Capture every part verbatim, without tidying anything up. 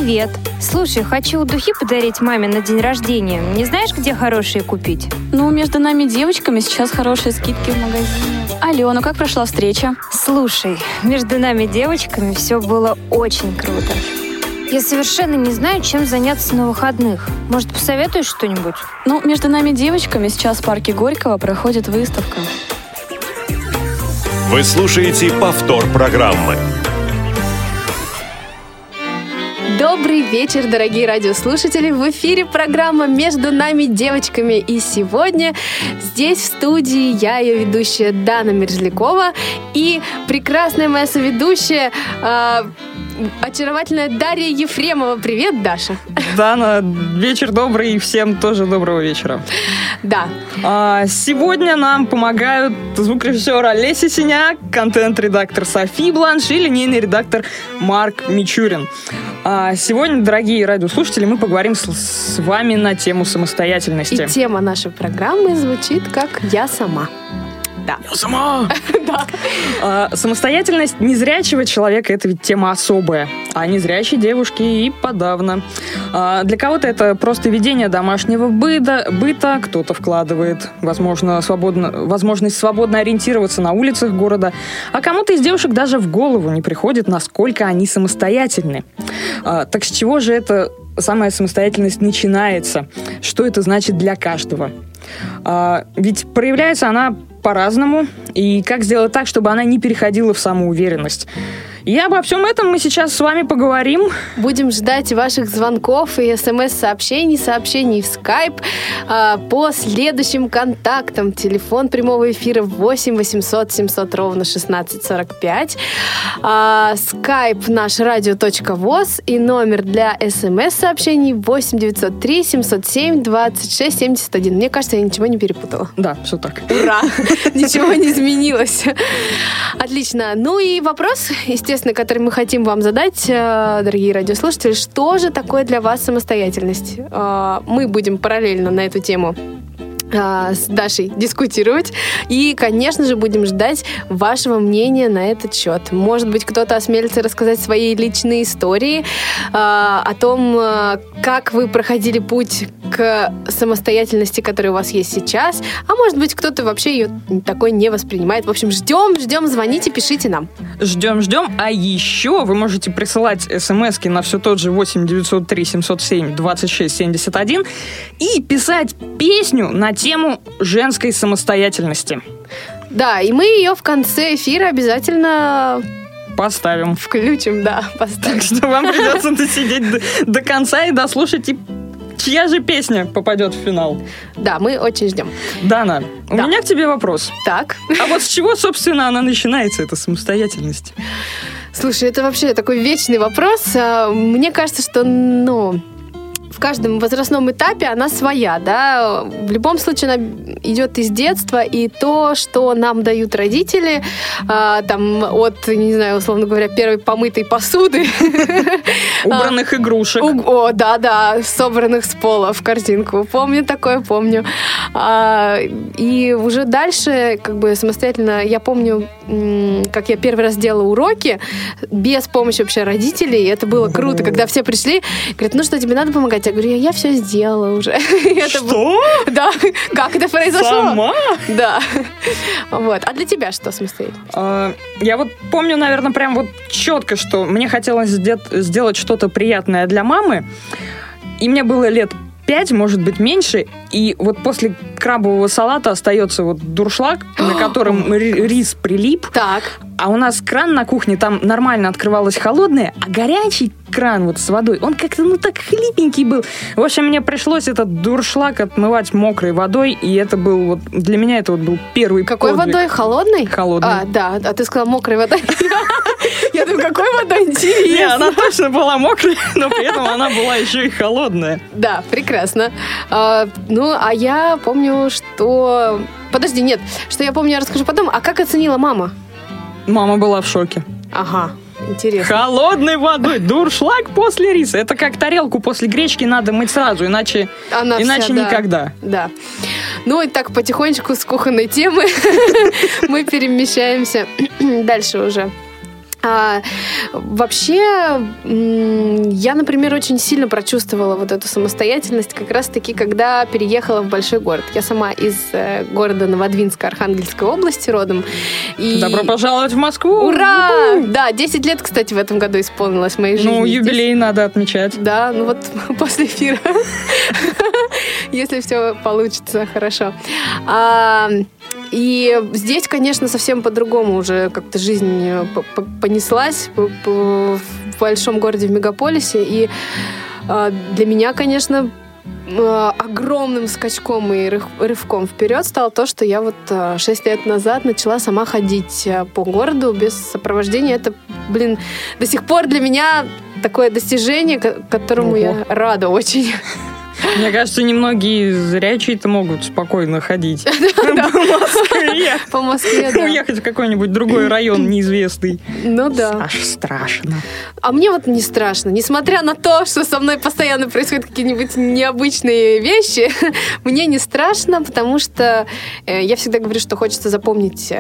Привет. Слушай, хочу духи подарить маме на день рождения. Не знаешь, где хорошие купить? Ну, между нами девочками сейчас хорошие скидки в магазине. Алло, ну как прошла встреча? Слушай, между нами девочками все было очень круто. Я совершенно не знаю, чем заняться на выходных. Может, посоветуешь что-нибудь? Ну, между нами девочками сейчас в парке Горького проходит выставка. Вы слушаете повтор программы. Добрый вечер, дорогие радиослушатели! В эфире программа «Между нами девочками». И сегодня здесь, в студии, я, ее ведущая Дана Мерзлякова, и прекрасная моя соведущая, э, очаровательная Дарья Ефремова. Привет, Даша! Дана, вечер добрый, и всем тоже доброго вечера. Да. А, сегодня нам помогают звукорежиссер Олеся Синяк, контент-редактор Софи Бланш и линейный редактор Марк Мичурин. А сегодня, дорогие радиослушатели, мы поговорим с, с вами на тему самостоятельности. И тема нашей программы звучит как «Я сама». Да. Я сама! Да. А, самостоятельность незрячего человека – это ведь тема особая, а незрячей девушки и подавно. А, для кого-то это просто ведение домашнего быта, быта кто-то вкладывает, возможно, свободно, возможность свободно ориентироваться на улицах города, а кому-то из девушек даже в голову не приходит, насколько они самостоятельны. А, так с чего же эта самая самостоятельность начинается? Что это значит для каждого? А, ведь проявляется она по-разному, и как сделать так, чтобы она не переходила в самоуверенность. И обо всем этом мы сейчас с вами поговорим. Будем ждать ваших звонков и смс-сообщений, сообщений в скайп э, по следующим контактам. Телефон прямого эфира восемь восемьсот семьсот ровно шестнадцать сорок пять. Э, скайп наш радио.воз и номер для смс-сообщений восемь девятьсот три семьсот семь двадцать шесть семьдесят один. Мне кажется, я ничего не перепутала. Да, все так. Ура! Ничего не изменилось. Отлично. Ну и вопрос, естественно, который мы хотим вам задать, дорогие радиослушатели, что же такое для вас самостоятельность? Мы будем параллельно на эту тему с Дашей дискутировать. И, конечно же, будем ждать вашего мнения на этот счет. Может быть, кто-то осмелится рассказать свои личные истории о том, как вы проходили путь к самостоятельности, которая у вас есть сейчас. А может быть, кто-то вообще ее такой не воспринимает. В общем, ждем, ждем, звоните, пишите нам. Ждем, ждем. А еще вы можете присылать смски на все тот же восемь девятьсот три семьсот семь двадцать шесть семьдесят один и писать песню на тему женской самостоятельности. Да, и мы ее в конце эфира обязательно поставим. Включим, да, поставим. Так что вам придется досидеть до, до конца и дослушать, и чья же песня попадет в финал. Да, мы очень ждем. Дана, у да. меня к тебе вопрос. Так. А вот с чего, собственно, она начинается, эта самостоятельность? Слушай, это вообще такой вечный вопрос. Мне кажется, что, ну... в каждом возрастном этапе она своя, да, в любом случае она идет из детства, и то, что нам дают родители, э, там, от, не знаю, условно говоря, первой помытой посуды. Убранных игрушек. О, да-да, собранных с пола в корзинку. Помню такое, помню. И уже дальше, как бы, самостоятельно, я помню, как я первый раз делала уроки без помощи вообще родителей. Это было круто, когда все пришли, говорят, ну что, тебе надо помогать? Я говорю, я все сделала уже. Что? Да. Как это произошло? Сама? Да. Вот. А для тебя что самостоятельно? Я вот помню, наверное, прям вот четко, что мне хотелось сделать что-то приятное для мамы, и мне было лет пять, может быть, меньше, и вот после крабового салата остается вот дуршлаг, на котором рис прилип. Так. А у нас кран на кухне, там нормально открывалось холодное, а горячий кран вот с водой, он как-то, ну, так хлипенький был. В общем, мне пришлось этот дуршлаг отмывать мокрой водой, и это был вот, для меня это вот был первый Какой подвиг. водой? Холодной? Холодной. А, да, а ты сказала мокрой водой. Я думаю, какой водой? Интересно. Не, она точно была мокрая, но при этом она была еще и холодная. Да, прекрасно. Ну, а я помню, что... Подожди, нет, что я помню, я расскажу потом. А как оценила мама? Мама была в шоке. Ага, интересно. Холодной водой, дуршлаг после риса. Это как тарелку после гречки надо мыть сразу, иначе, Она иначе вся, да. никогда. Да. Ну и так потихонечку с кухонной темы мы перемещаемся дальше уже А, вообще, я, например, очень сильно прочувствовала вот эту самостоятельность как раз-таки, когда переехала в большой город. Я сама из города Новодвинска Архангельской области родом. И... Добро пожаловать в Москву! Ура! Да, десять лет, кстати, в этом году исполнилось моей жизни. Ну, юбилей здесь. Надо отмечать. Да, ну вот после эфира. Если все получится хорошо. И здесь, конечно, совсем по-другому уже как-то жизнь понеслась в большом городе, в мегаполисе. И для меня, конечно, огромным скачком и рывком вперед стало то, что я вот шесть лет назад начала сама ходить по городу без сопровождения. Это, блин, до сих пор для меня такое достижение, которому Ого. я рада очень. Мне кажется, немногие зрячие-то могут спокойно ходить по Москве. По Москве, да. Уехать в какой-нибудь другой район неизвестный. Ну да. Аж страшно. А мне вот не страшно. Несмотря на то, что со мной постоянно происходят какие-нибудь необычные вещи, мне не страшно, потому что я всегда говорю, что хочется запомнить...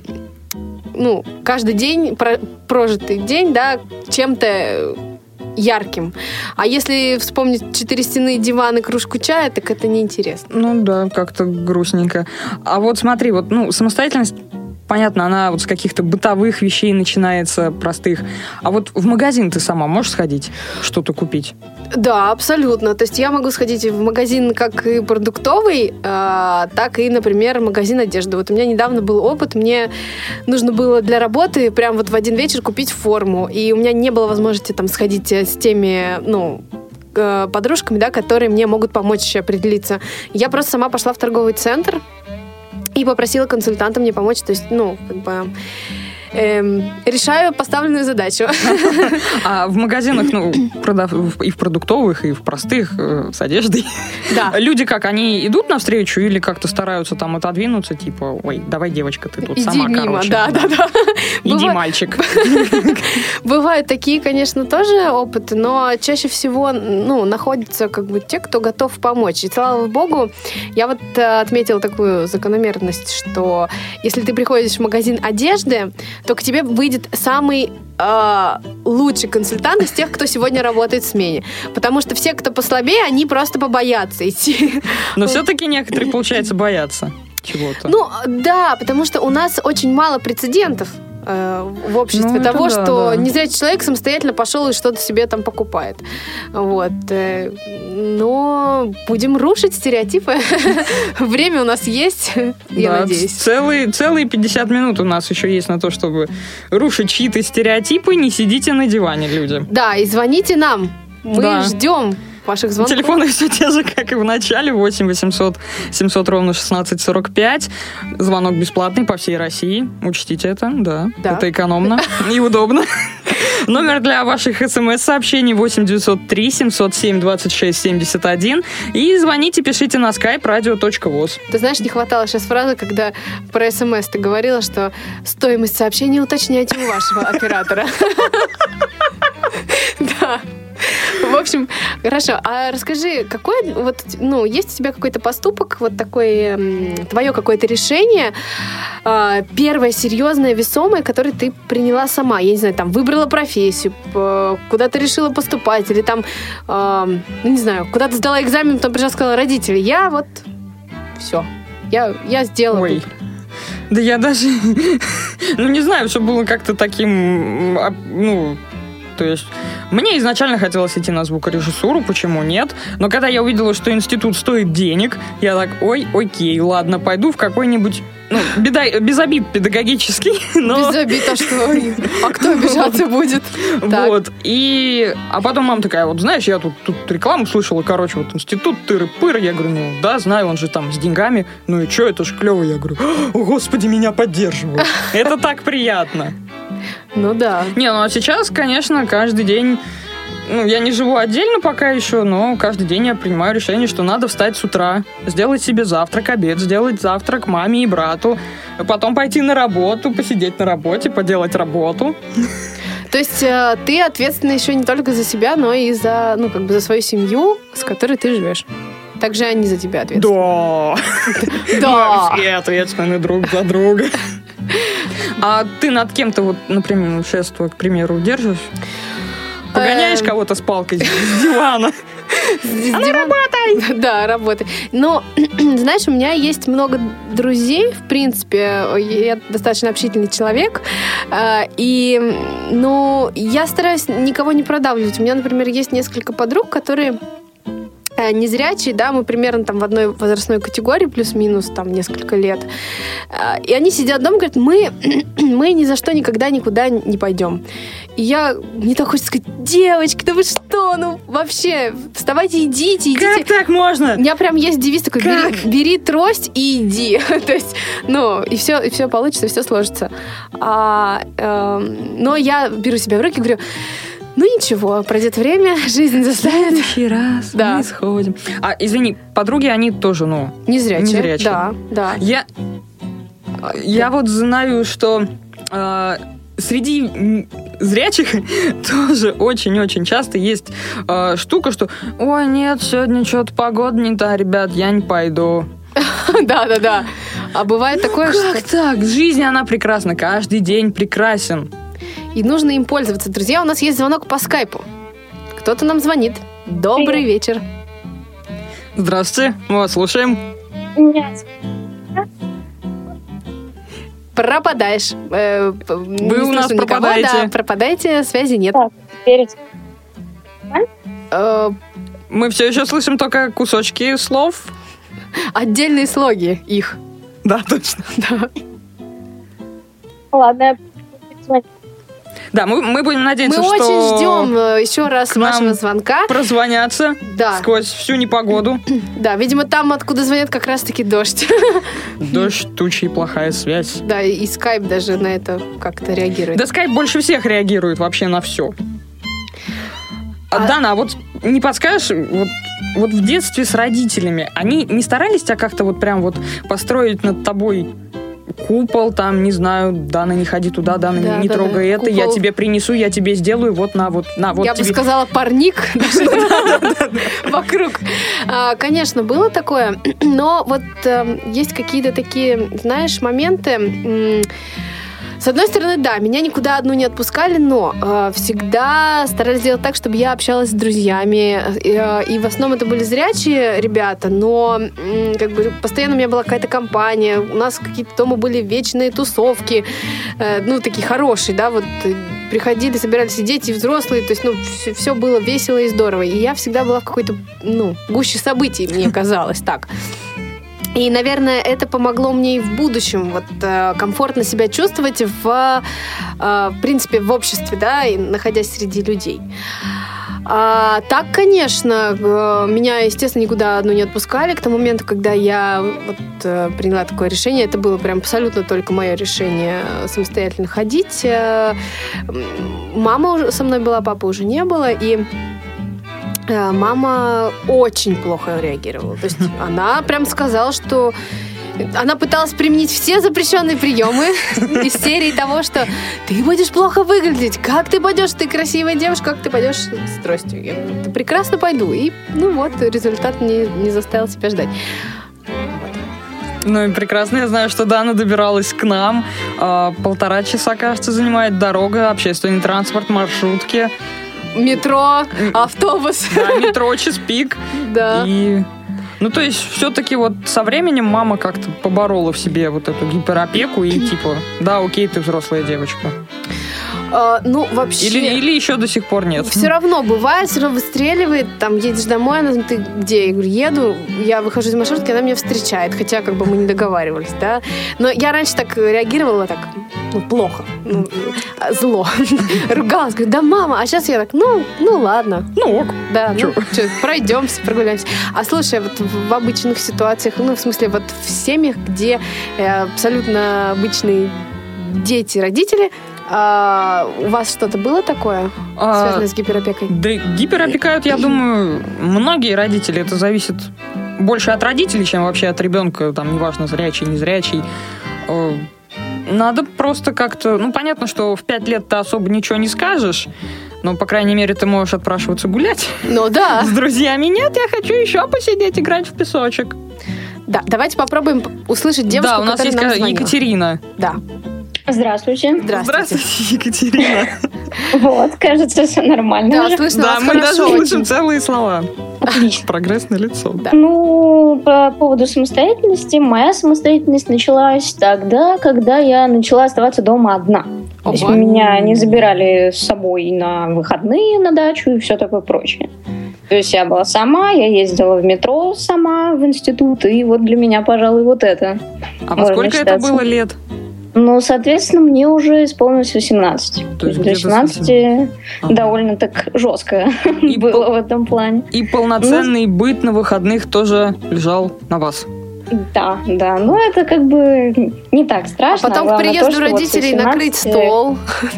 ну, каждый день, прожитый день, да, чем-то ярким. А если вспомнить четыре стены, диван и кружку чая, так это неинтересно. Ну да, как-то грустненько. А вот смотри, вот, ну, самостоятельность, понятно, она вот с каких-то бытовых вещей начинается, простых. А вот в магазин ты сама можешь сходить, что-то купить? Да, абсолютно. То есть я могу сходить в магазин как и продуктовый, э, так и, например, магазин одежды. Вот у меня недавно был опыт, мне нужно было для работы прям вот в один вечер купить форму, и у меня не было возможности там сходить с теми, ну, подружками, да, которые мне могут помочь определиться. Я просто сама пошла в торговый центр и попросила консультанта мне помочь, то есть, ну, как бы... Эм, решаю поставленную задачу. А в магазинах, ну, продав... и в продуктовых, и в простых, э, с одеждой, да. люди как, они идут навстречу или как-то стараются там отодвинуться, типа, ой, давай, девочка, ты тут Иди сама, мимо, короче. да, да, да. Иди, Быва... мальчик. Бывают такие, конечно, тоже опыты, но чаще всего, ну, находятся как бы те, кто готов помочь. И слава богу, я вот отметила такую закономерность, что если ты приходишь в магазин одежды, то к тебе выйдет самый э, лучший консультант из тех, кто сегодня работает в смене. Потому что все, кто послабее, они просто побоятся идти. Но все-таки некоторые, получается, боятся чего-то. Ну, да, потому что у нас очень мало прецедентов э, в обществе ну, того, да, что да. незрячий человек самостоятельно пошел и что-то себе там покупает. Вот. Но будем рушить стереотипы. Время у нас есть, я да, надеюсь. Целые, целые пятьдесят минут у нас еще есть на то, чтобы рушить чьи-то стереотипы. Не сидите на диване, люди. Да, и звоните нам. Мы да. ждем ваших звонков. Телефоны все те же, как и в начале. восемь восемьсот семьсот ровно шестнадцать сорок пять. Звонок бесплатный по всей России. Учтите это, да. да. Это экономно и удобно. Номер для ваших смс-сообщений восемь девятьсот три семьсот семь двадцать шесть семьдесят один. И звоните, пишите на skype radio точка voz. Ты знаешь, не хватало сейчас фразы, когда про смс ты говорила, что стоимость сообщения уточняйте у вашего оператора. Да. В общем, хорошо. А расскажи, какой вот, ну, есть у тебя какой-то поступок, вот такое, твое какое-то решение, первое серьезное, весомое, которое ты приняла сама? Я не знаю, там, выбрала профессию, куда ты решила поступать, или там, не знаю, куда ты сдала экзамен, потом пришла, сказала родители, я вот все, я, я сделала. Ой. Да я даже, ну, не знаю, все было как-то таким, ну... То есть мне изначально хотелось идти на звукорежиссуру, почему нет? Но когда я увидела, что институт стоит денег, я так, ой, окей, ладно, пойду в какой-нибудь, ну, беда, без обид педагогический, но... Без обид, а что? А кто обижаться будет? Вот, и... А потом мама такая, вот знаешь, я тут, тут рекламу слышала, короче, вот институт тыры-пыры, я говорю, ну, да, знаю, он же там с деньгами, ну и что, это ж клево, я говорю, о, господи, меня поддерживают, это так приятно. Ну да. Не, ну а сейчас, конечно, каждый день... Ну, я не живу отдельно пока еще, но каждый день я принимаю решение, что надо встать с утра, сделать себе завтрак, обед, сделать завтрак маме и брату, потом пойти на работу, посидеть на работе, поделать работу. То есть э, ты ответственна еще не только за себя, но и за, ну, как бы за свою семью, с которой ты живешь. Также они за тебя ответственны. Да. Да. Мы все ответственны друг за друга. А ты над кем-то, вот, например, шество, к примеру, держишь? Погоняешь кого-то с палкой с дивана? Она работает! Да, работает. Но, знаешь, у меня есть много друзей, в принципе. Я достаточно общительный человек. И, ну, я стараюсь никого не продавливать. У меня, например, есть несколько подруг, которые незрячие, да, мы примерно там в одной возрастной категории, плюс-минус там несколько лет. И они сидят дома и говорят, мы, мы ни за что никогда никуда не пойдем. И я, мне так хочется сказать, девочки, да вы что, ну вообще, вставайте, идите, идите. Как так можно? У меня прям есть девиз такой, бери, бери трость и иди. То есть, ну, и все, и все получится, и все сложится. А, э, но я беру себя в руки и говорю, ну ничего, пройдет время, жизнь заставит. В следующий раз да. мы сходим. А, извини, подруги, они тоже, ну... Незрячие. Незрячие. Да, да. Я, я вот знаю, что э, среди зрячих тоже очень-очень часто есть э, штука, что «Ой, нет, сегодня что-то погода не та, ребят, я не пойду». Да-да-да. А бывает такое, что... Как так? Жизнь, она прекрасна, каждый день прекрасен. И нужно им пользоваться. Друзья, у нас есть звонок по скайпу. Кто-то нам звонит. Добрый вечер. Здравствуйте, мы вас слушаем. Нет. Пропадаешь. Э, Вы у нас пропадаете. Никого, да, пропадаете, связи нет. Так, теперь... Э, Мы все еще слышим только кусочки слов. Отдельные слоги их. Да, точно. Да. Ладно, я... Да, мы, мы будем надеяться, мы что... Мы очень ждем еще раз вашего звонка. Прозвонятся да. сквозь всю непогоду. Да, видимо, там, откуда звонят, как раз-таки дождь. Дождь, тучи и плохая связь. Да, и скайп даже на это как-то реагирует. Да, скайп больше всех реагирует вообще на все. А... Дана, а вот не подскажешь, вот, вот в детстве с родителями, они не старались тебя как-то вот прям вот построить над тобой... Купол, там, не знаю, Дана, не ходи туда, Дана, да, не да, трогай да. это, Купол. Я тебе принесу, я тебе сделаю, вот на, вот на, вот я тебе. бы сказала, парник вокруг. Конечно, было такое, но вот есть какие-то такие, знаешь, моменты. С одной стороны, да, меня никуда одну не отпускали, но э, всегда старались сделать так, чтобы я общалась с друзьями. Э, и в основном это были зрячие ребята, но э, как бы постоянно у меня была какая-то компания. У нас какие-то дома были вечные тусовки, э, ну, такие хорошие, да, вот приходили, собирались и дети, и взрослые, то есть, ну, все, все было весело и здорово. И я всегда была в какой-то, ну, гуще событий, мне казалось так. И, наверное, это помогло мне и в будущем вот, э, комфортно себя чувствовать в, э, в принципе, в обществе, да, и находясь среди людей. А, так, конечно, э, меня, естественно, никуда одну не отпускали. К тому моменту, когда я вот, э, приняла такое решение, это было прям абсолютно только мое решение самостоятельно ходить. Э, мама уже со мной была, папы уже не было, и мама очень плохо реагировала. То есть она прям сказала, что она пыталась применить все запрещенные приемы из серии того, что ты будешь плохо выглядеть, как ты пойдешь, ты красивая девушка, как ты пойдешь с тростью. Я говорю, да прекрасно пойду. И ну вот, результат не, не заставил себя ждать. Ну и прекрасно. Я знаю, что Дана добиралась к нам. Полтора часа, кажется, занимает дорога, общественный транспорт, маршрутки. Метро, автобус. Да, метро, час пик. Да. И, ну, то есть, все-таки вот со временем мама как-то поборола в себе вот эту гиперопеку и типа, да, окей, ты взрослая девочка. А, ну, вообще... Или, или еще до сих пор нет. Все равно бывает, все равно выстреливает, там, едешь домой, она, ты где? Я говорю, еду, я выхожу из маршрутки, она меня встречает, хотя, как бы, мы не договаривались, да. Но я раньше так реагировала, так, ну, плохо, ну, зло. Ругалась, говорю, да, мама, а сейчас я так, ну, ну, ладно. Ну, ок. Да, ну, что, пройдемся, прогуляемся. А слушай, вот в обычных ситуациях, ну, в смысле, вот в семьях, где абсолютно обычные дети, родители, а у вас что-то было такое, а, связанное с гиперопекой? Да, гиперопекают, я думаю, многие родители. Это зависит больше от родителей, чем вообще от ребенка. Там, неважно, зрячий, незрячий. Надо просто как-то... Ну, понятно, что в пять лет ты особо ничего не скажешь, но, по крайней мере, ты можешь отпрашиваться гулять. Ну, да. С друзьями. Нет, я хочу еще посидеть, играть в песочек. Да, давайте попробуем услышать девушку, да, у нас которая есть нам звонила. Екатерина. Да. Здравствуйте. Здравствуйте. Здравствуйте, Екатерина. Вот, кажется, все нормально. Да, уже. слышно Да, вас мы даже хорошо слышим очень. целые слова. Отлично. Прогресс на лицо. Да. Ну, по поводу самостоятельности. Моя самостоятельность началась тогда, когда я начала оставаться дома одна. То есть Ого. меня не забирали с собой на выходные на дачу и все такое прочее. То есть я была сама, я ездила в метро сама в институт, и вот для меня, пожалуй, вот это. А во Можно сколько это считаться. было лет? Ну, соответственно, мне уже исполнилось восемнадцать. То есть Для где-то с семнадцати Ага. довольно так жестко И было пол- в этом плане. И полноценный быт на выходных тоже лежал на вас. Да, да. Но это как бы не так А страшно. потом к Главное приезду то, что вот родителей восемнадцать накрыть стол,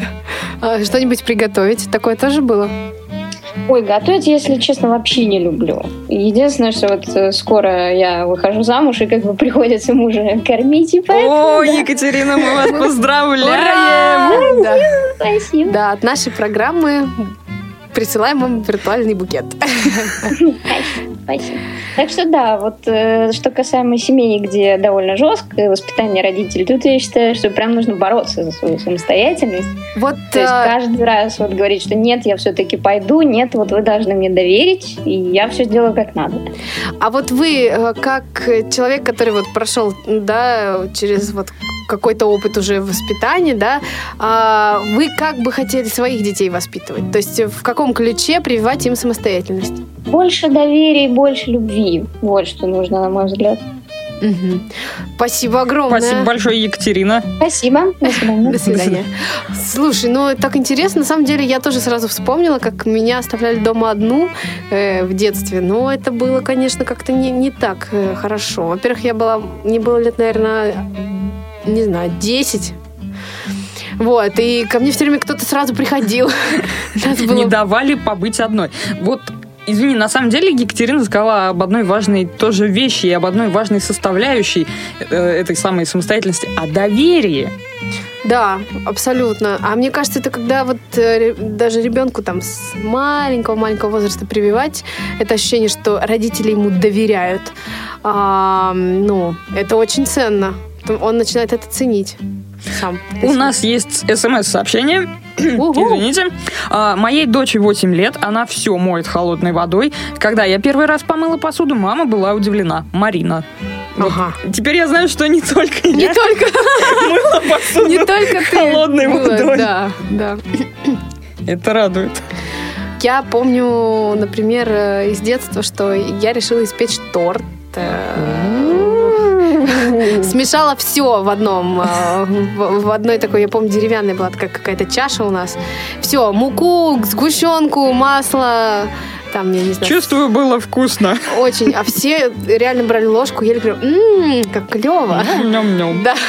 а, что-нибудь приготовить. Такое тоже было? Ой, готовить, если честно, вообще не люблю. Единственное, что вот э, скоро я выхожу замуж, и как бы приходится мужа кормить, и поэтому... О, да, Екатерина, мы вас поздравляем! Ура! Да. спасибо. Да, от нашей программы присылаем вам виртуальный букет. Спасибо, спасибо. Так что да, вот э, что касаемо семей, где довольно жесткое воспитание родителей, тут я считаю, что прям нужно бороться за свою самостоятельность. Вот То есть а, каждый раз вот говорить, что нет, я все-таки пойду, нет, вот вы должны мне доверить, и я все сделаю как надо. а вот вы, э, как человек, который вот прошел, да, через вот какой-то опыт уже воспитания, да, а, вы как бы хотели своих детей воспитывать? То есть в каком ключе прививать им самостоятельность? Больше доверия и больше любви. Вот что нужно, на мой взгляд. Мгм. Спасибо огромное. Спасибо большое, Екатерина. Спасибо. До свидания. До свидания. Слушай, ну так интересно. На самом деле я тоже сразу вспомнила, как меня оставляли дома одну э, в детстве. Но это было, конечно, как-то не, не так э, хорошо. Во-первых, я была, мне было лет, наверное, не знаю, десять. Вот, и ко мне все время кто-то сразу приходил. Нас было- Не давали побыть одной. Вот, извини, на самом деле Екатерина сказала об одной важной тоже вещи и об одной важной составляющей э, этой самой самостоятельности, о доверии. Да, абсолютно. А мне кажется, это когда вот э, ре- даже ребенку там с маленького-маленького возраста прививать это ощущение, что родители ему доверяют. А, ну, это очень ценно. Он начинает это ценить сам. У нас есть смс-сообщение. Угу. Извините. А, моей дочери восемь лет, она все моет холодной водой. Когда я первый раз помыла посуду, мама была удивлена. Марина. Вот. Ага. Теперь я знаю, что не только Не я только, мыла посуду не только ты. холодной была, водой. Да, да. Это радует. Я помню, например, э, из детства, что я решила испечь торт. э, Смешала все в одном, э, в в одной такой, я помню, деревянной была такая какая-то чаша у нас. Все, муку, сгущенку, масло, там, я не знаю. Чувствую, было вкусно. Очень. А все реально брали ложку, ели, говорю, ммм, как клево. Ням-ням. Да.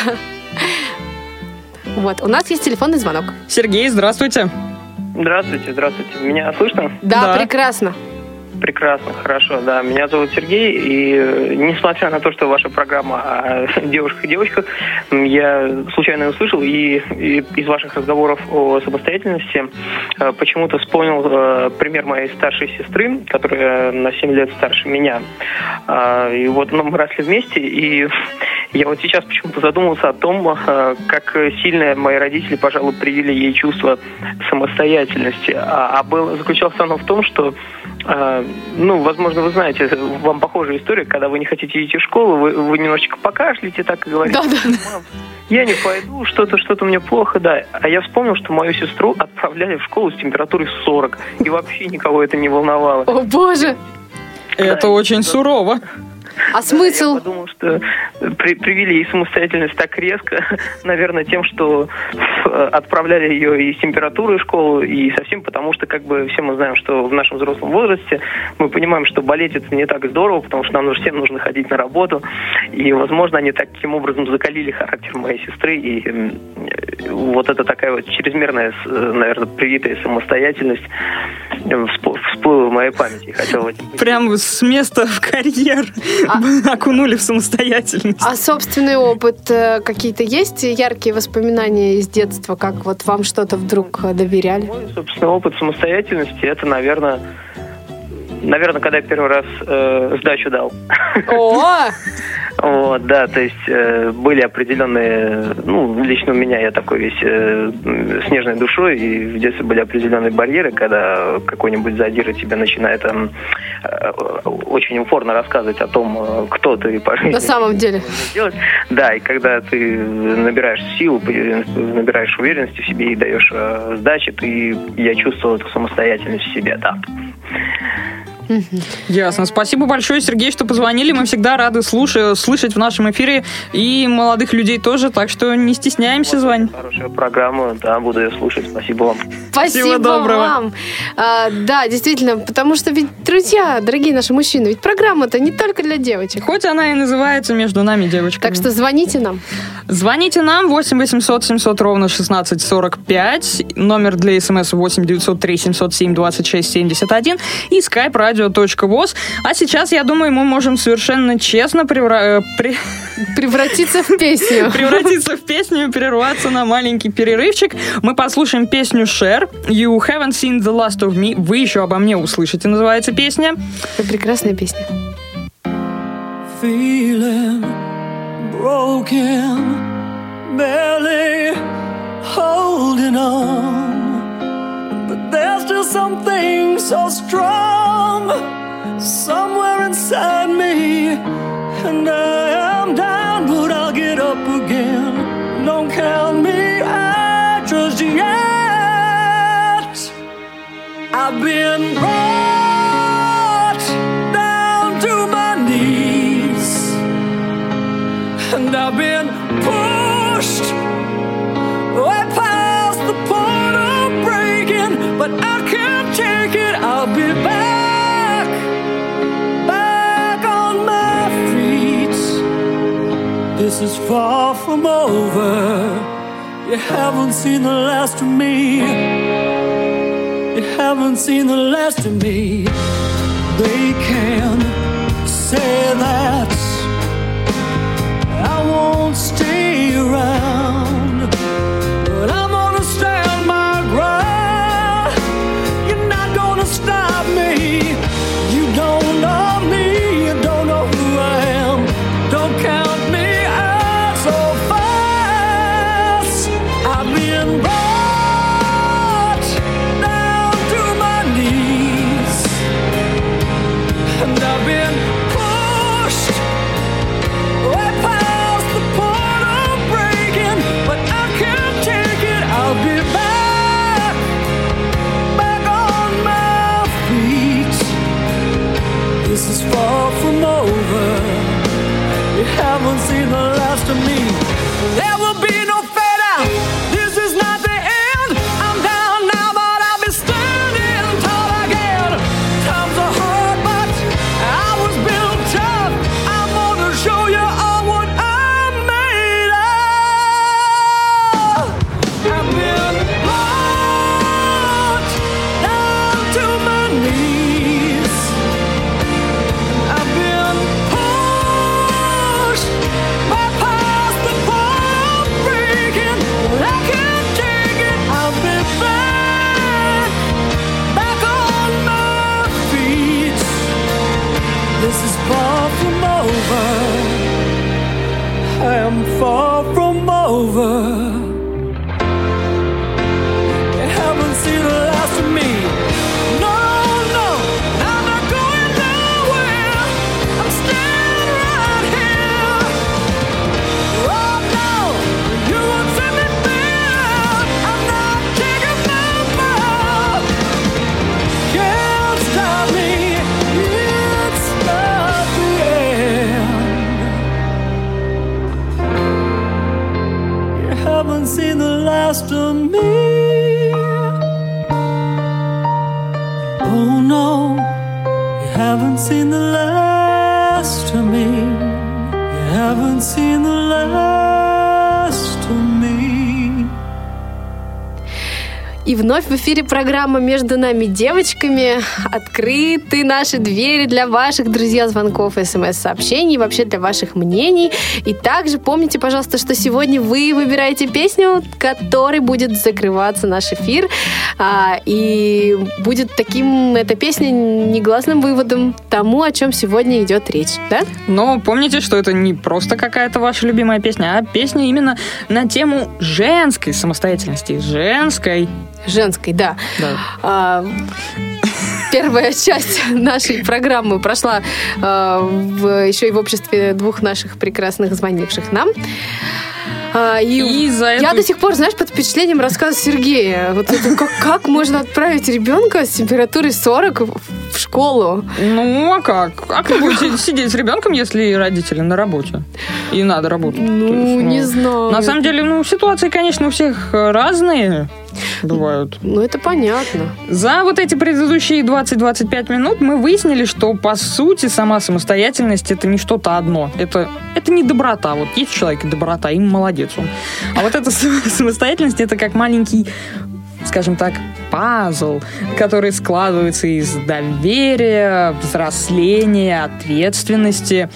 Вот, у нас есть телефонный звонок. Сергей, здравствуйте. Здравствуйте, здравствуйте. Меня слышно? Да, Да. прекрасно. Прекрасно, хорошо, да. Меня зовут Сергей, и э, несмотря на то, что ваша программа о девушках и девочках, м, я случайно услышал, и, и из ваших разговоров о самостоятельности э, почему-то вспомнил э, пример моей старшей сестры, которая на семь лет старше меня. А, и вот ну, мы росли вместе, и я вот сейчас почему-то задумался о том, э, как сильно мои родители, пожалуй, привили ей чувство самостоятельности. А, а было, заключалось оно в том, что А, ну, возможно, вы знаете, вам похожая история, когда вы не хотите идти в школу, вы, вы немножечко покашляете, так и говорите. Да, да. «Мам, я не пойду, что-то, что-то мне плохо, да. А я вспомнил, что мою сестру отправляли в школу с температурой сорок, и вообще никого это не волновало. О, боже. Это очень сурово. А смысл? Я подумал, что при, привили ей самостоятельность так резко, наверное, тем, что э, отправляли ее и с температурой в школу, и совсем потому, что как бы все мы знаем, что в нашем взрослом возрасте мы понимаем, что болеть это не так здорово, потому что нам всем нужно ходить на работу, и, возможно, они таким образом закалили характер моей сестры, и э, вот это такая вот чрезмерная, э, наверное, привитая самостоятельность всп- всплыла в моей памяти. Хотел этим поделиться. Прям с места в карьер окунули в самостоятельность. А собственный опыт э, какие-то есть яркие воспоминания из детства, как вот вам что-то вдруг э, доверяли? Мой собственный опыт самостоятельности, это, наверное, наверное, когда я первый раз э, сдачу дал. О! Вот, да, то есть э, были определенные, ну, лично у меня, я такой весь э, с нежной душой, и в детстве были определенные барьеры, когда какой-нибудь задира тебе начинает э, э, очень упорно рассказывать о том, кто ты по жизни. На самом деле. Делать. Да, и когда ты набираешь силу, набираешь уверенности в себе и даешь э, сдачи, ты, я чувствовал эту самостоятельность в себе, да. Ясно. Спасибо большое, Сергей, что позвонили. Мы всегда рады слушать, слышать в нашем эфире и молодых людей тоже, так что не стесняемся звонить. Хорошая программа, да, буду ее слушать. Спасибо вам. Спасибо Всего доброго. вам. А, да, действительно, потому что ведь, друзья, дорогие наши мужчины, ведь программа-то не только для девочек. Хоть она и называется «Между нами девочками». Так что звоните нам. Звоните нам восемь восемьсот семьсот ровно шестнадцать сорок пять, номер для смс восемь девятьсот три семьсот семь двадцать шесть семьдесят один и skype radio точка voz. А сейчас, я думаю, мы можем совершенно честно превра... при... Превратиться в песню. Превратиться в песню, перерваться на маленький перерывчик. Мы послушаем песню Cher «You haven't seen the last of me». Вы еще обо мне услышите, называется песня. Это прекрасная песня. Feeling broken, barely holding on, but there's still something so strong somewhere inside me, and I am down, but I'll get up again. Don't count me out just yet. I've been brought down to my knees, and I've been pushed way past the point of breaking, but I can't take it. I'll be back, back on my feet. This is far from over. You haven't seen the last of me. You haven't seen the last of me. They can say that I won't stay around, but I'm gonna stand my ground. You're not gonna stop me. You don't know me, you don't know who I am. Don't count me out so fast. I've been brought down to my knees, and I've been pushed way past the point of breaking, but I can't take it. I'll be back, back on my feet. This is far from over. You haven't seen the last of me. There will be no fade out. This is not the end. I'm down now, but I'll be standing tall again. Times are hard, but I was built tough. I'm gonna show you all what I'm made of. I've been brought down to my knees. I've been pushed way past the point of breaking. I can't take it. I'll be back, back on my feet. This is far from over. I am far from over. You haven't seen the last of me. No, no, I'm not going nowhere. I'm staying right here. Oh no, you won't set me down. I'm not taking my bow. Can't stop me. It's not the end. You haven't seen the last of me. Oh no, you haven't seen the last of me. You haven't seen the last of me. И вновь в эфире программа «Между нами девочками». Открыты наши двери для ваших, друзья, звонков, смс-сообщений, вообще для ваших мнений. И также помните, пожалуйста, что сегодня вы выбираете песню, которой будет закрываться наш эфир. А, и будет таким эта песня негласным выводом тому, о чем сегодня идет речь. Да? Но помните, что это не просто какая-то ваша любимая песня, а песня именно на тему женской самостоятельности. Женской. Женской, да. Да. А, первая часть нашей программы прошла а, в, еще и в обществе двух наших прекрасных звонивших нам. А, и и за я эту... до сих пор, знаешь, под впечатлением рассказа Сергея. Вот это, как, как можно отправить ребенка с температурой сорок в школу? Ну, а как? А как будете сидеть с ребенком, если родители на работе? И надо работать. Ну, То есть, ну, не знаю. На самом деле, ну, ситуации, конечно, у всех разные бывают. Ну, это понятно. За вот эти предыдущие двадцать-двадцать пять минут мы выяснили, что, по сути, сама самостоятельность — это не что-то одно. Это, это не доброта. Вот есть у человека доброта, им молодец он. А вот эта самостоятельность — это как маленький, скажем так, пазл, который складывается из доверия, взросления, ответственности.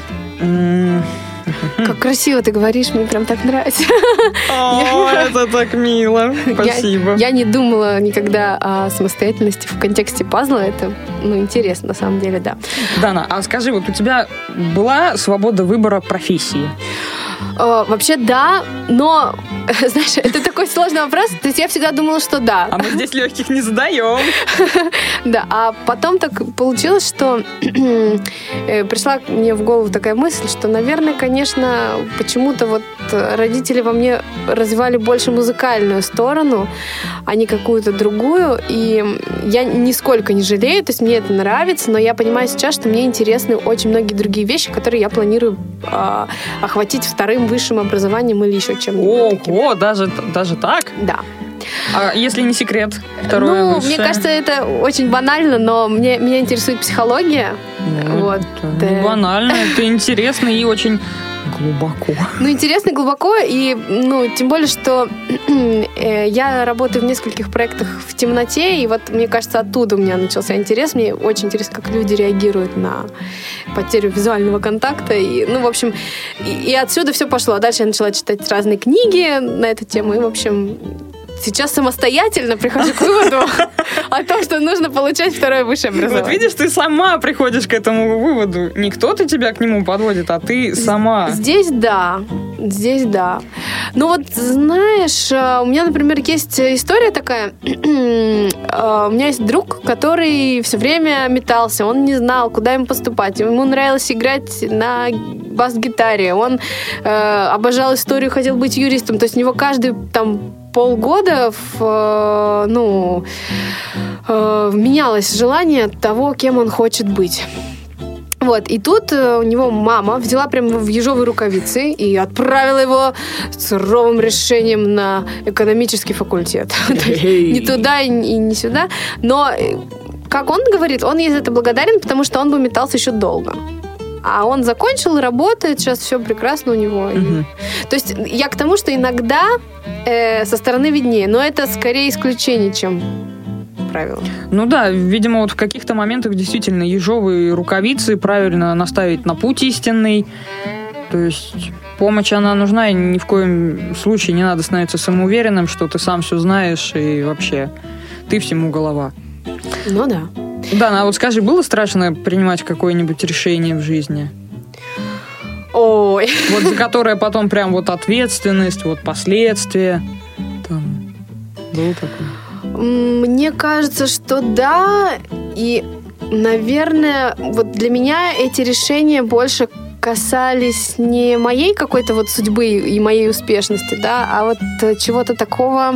Как красиво ты говоришь, мне прям так нравится. О, это так мило. Спасибо. Я, я не думала никогда о самостоятельности в контексте пазла. Это, ну, интересно, на самом деле, да. Дана, а скажи, вот у тебя была свобода выбора профессии? Э, вообще, да, но, знаешь, это такой сложный вопрос. То есть я всегда думала, что да. А мы здесь легких не задаем. Да, а потом так получилось, что пришла мне в голову такая мысль, что, наверное, конечно, почему-то вот родители во мне развивали больше музыкальную сторону, а не какую-то другую. И я нисколько не жалею, то есть мне это нравится, но я понимаю сейчас, что мне интересны очень многие другие вещи, которые я планирую э, охватить вторым высшим образованием или еще чем-нибудь. Ого, даже, даже так? Да. А если не секрет, второе Ну, высшее? мне кажется, это очень банально, но мне, меня интересует психология. Ну, вот. Это не банально, это интересно и очень глубоко. Ну, интересно и глубоко, и, ну, тем более, что я работаю в нескольких проектах в темноте, и вот, мне кажется, оттуда у меня начался интерес. Мне очень интересно, как люди реагируют на потерю визуального контакта, и, ну, в общем, и, и отсюда все пошло. А дальше я начала читать разные книги на эту тему, и, в общем, сейчас самостоятельно прихожу к выводу о том, что нужно получать второе высшее образование. Вот видишь, ты сама приходишь к этому выводу. Не кто-то тебя к нему подводит, а ты сама. Здесь да. Здесь да. Ну вот, знаешь, у меня, например, есть история такая. У меня есть друг, который все время метался. Он не знал, куда ему поступать. Ему нравилось играть на бас-гитаре. Он э, обожал историю, хотел быть юристом. То есть у него каждый там полгода в, ну, э, менялось желание того, кем он хочет быть. Вот, и тут у него мама взяла прямо в ежовые рукавицы и отправила его с суровым решением на экономический факультет. Не туда и не сюда. Но, как он говорит, он ей за это благодарен, потому что он бы метался еще долго. А он закончил, работает, сейчас все прекрасно у него. Uh-huh. То есть я к тому, что иногда э, со стороны виднее, но это скорее исключение, чем правило. Ну да, видимо, вот в каких-то моментах действительно ежовые рукавицы правильно наставить на путь истинный. То есть помощь, она нужна, и ни в коем случае не надо становиться самоуверенным, что ты сам все знаешь, и вообще ты всему голова. Ну да. Да, ну а вот скажи, было страшно принимать какое-нибудь решение в жизни? Ой. Вот за которое потом прям вот ответственность, вот последствия. Там было такое? Мне кажется, что да. И, наверное, вот для меня эти решения больше касались не моей какой-то вот судьбы и моей успешности, да, а вот чего-то такого...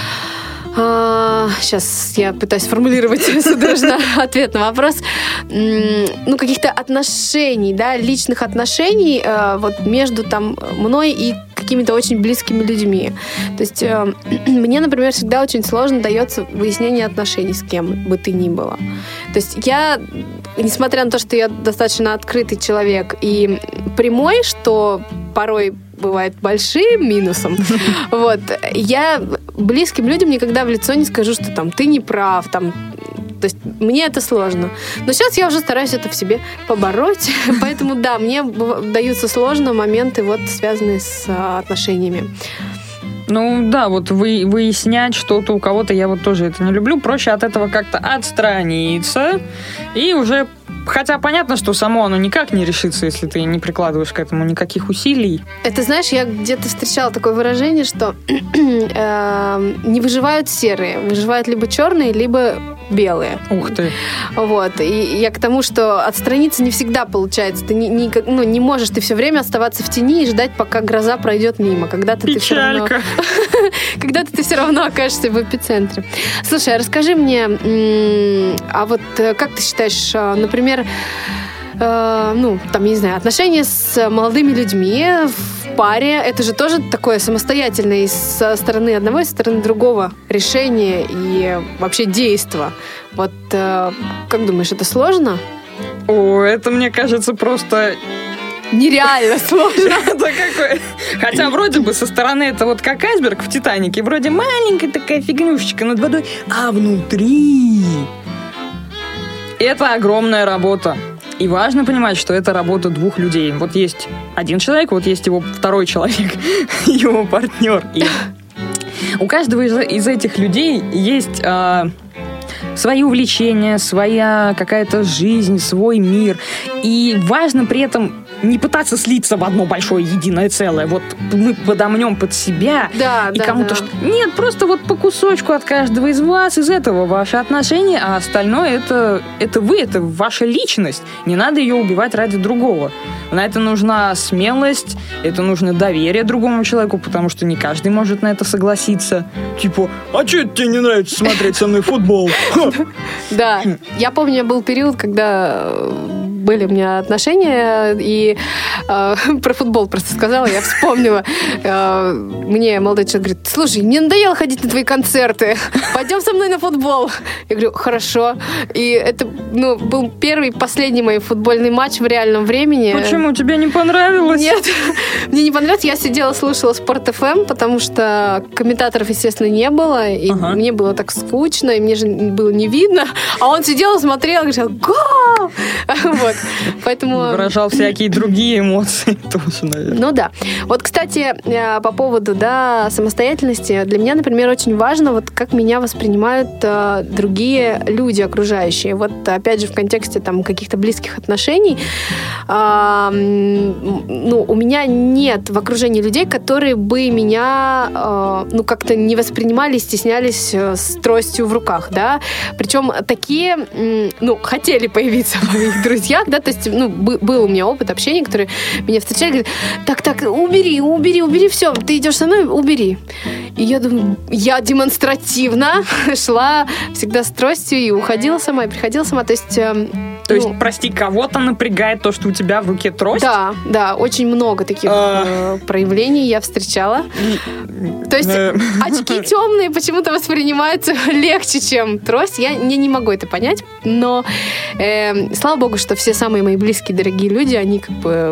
А, сейчас я пытаюсь сформулировать судорожно ответ на вопрос. Ну, каких-то отношений, да, личных отношений вот между там мной и какими-то очень близкими людьми. То есть мне, например, всегда очень сложно дается выяснение отношений с кем бы ты ни было. То есть я, несмотря на то, что я достаточно открытый человек и прямой, что порой бывает большим минусом. Вот. Я близким людям никогда в лицо не скажу, что там ты не прав, там. То есть мне это сложно. Но сейчас я уже стараюсь это в себе побороть. Поэтому, да, мне даются сложно моменты, вот, связанные с отношениями. Ну да, вот вы, выяснять что-то у кого-то, я вот тоже это не люблю. Проще от этого как-то отстраниться и уже... Хотя понятно, что само оно никак не решится, если ты не прикладываешь к этому никаких усилий. Это, знаешь, я где-то встречала такое выражение, что э, не выживают серые, выживают либо черные, либо белые. Ух ты. Вот. И я к тому, что отстраниться не всегда получается. Ты не, не, ну, не можешь ты все время оставаться в тени и ждать, пока гроза пройдет мимо. Когда-то ты все равно... Когда-то ты все равно окажешься в эпицентре. Слушай, а расскажи мне, а вот как ты считаешь, например, э, ну, там, я не знаю, отношения с молодыми людьми в паре, это же тоже такое самостоятельное и со стороны одного, и со стороны другого решение и вообще действо. Вот э, как думаешь, это сложно? О, это, мне кажется, просто... Нереально сложно. Хотя вроде бы со стороны это вот как айсберг в «Титанике», вроде маленькая такая фигнюшечка над водой, а внутри... Это огромная работа. И важно понимать, что это работа двух людей. Вот есть один человек, вот есть его второй человек, его партнер. И у каждого из, из этих людей есть э, свои увлечения, своя какая-то жизнь, свой мир. И важно при этом не пытаться слиться в одно большое единое целое. Вот мы подомнем под себя да, и да, кому-то... да. Что... Нет, просто вот по кусочку от каждого из вас, из этого ваши отношения, а остальное это, это вы, это ваша личность. Не надо ее убивать ради другого. На это нужна смелость, это нужно доверие другому человеку, потому что не каждый может на это согласиться. Типа, а что это тебе не нравится смотреть со мной футбол? Да, я помню, был период, когда были у меня отношения, и э, про футбол просто сказала, я вспомнила. Э, мне молодой человек говорит: слушай, мне надоело ходить на твои концерты, пойдем со мной на футбол. Я говорю: хорошо. И это ну, был первый и последний мой футбольный матч в реальном времени. Почему? Тебе не понравилось? Нет, мне не понравилось. Я сидела, слушала Спорт эф эм, потому что комментаторов, естественно, не было, и ага. мне было так скучно, и мне же было не видно. А он сидел, смотрел, и говорил: гол! Вот. Поэтому... Выражал всякие другие эмоции тоже, наверное. Ну да. Вот, кстати, по поводу да, самостоятельности, для меня, например, очень важно, вот как меня воспринимают э, другие люди окружающие. Вот, опять же, в контексте там, каких-то близких отношений, э, ну, у меня нет в окружении людей, которые бы меня э, ну, как-то не воспринимали, стеснялись с тростью в руках, да. Причем такие, э, ну, хотели появиться в моих друзьях, да, то есть, ну, был у меня опыт общения, который меня встречали, говорит: так, так, убери, убери, убери все, ты идешь со мной, убери. И я думаю, я демонстративно шла всегда с тростью и уходила сама, и приходила сама, то есть... То ну, есть, прости, кого-то напрягает то, что у тебя в руке трость? Да, да, очень много таких э, проявлений я встречала. То есть очки темные почему-то воспринимаются легче, чем трость. Я не, не могу это понять, но э, слава богу, что все самые мои близкие, дорогие люди, они как бы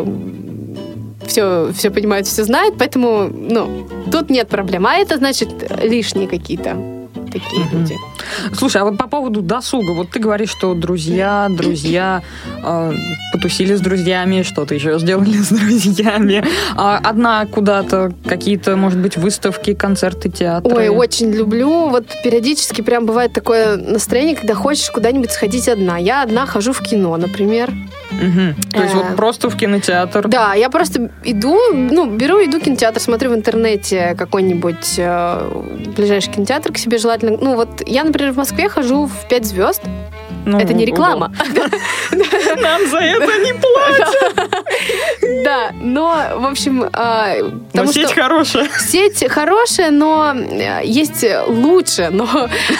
все, все понимают, все знают, поэтому ну, тут нет проблем. А это значит лишние какие-то такие mm-hmm. люди. Слушай, а вот по поводу досуга, вот ты говоришь, что друзья, друзья э, потусили с друзьями, что-то еще сделали с друзьями. А одна куда-то, какие-то, может быть, выставки, концерты, театры? Ой, очень люблю. Вот периодически прям бывает такое настроение, когда хочешь куда-нибудь сходить одна. Я одна хожу в кино, например. Угу. То есть вот просто в кинотеатр? Да, я просто иду, ну, беру, иду в кинотеатр, смотрю в интернете какой-нибудь э, ближайший кинотеатр к себе желательно. Ну, вот я, например, в Москве хожу в пять звезд. Ну, это не реклама. Нам за это не платят. Да, но, в общем... Но сеть хорошая. Сеть хорошая, но есть лучше. Но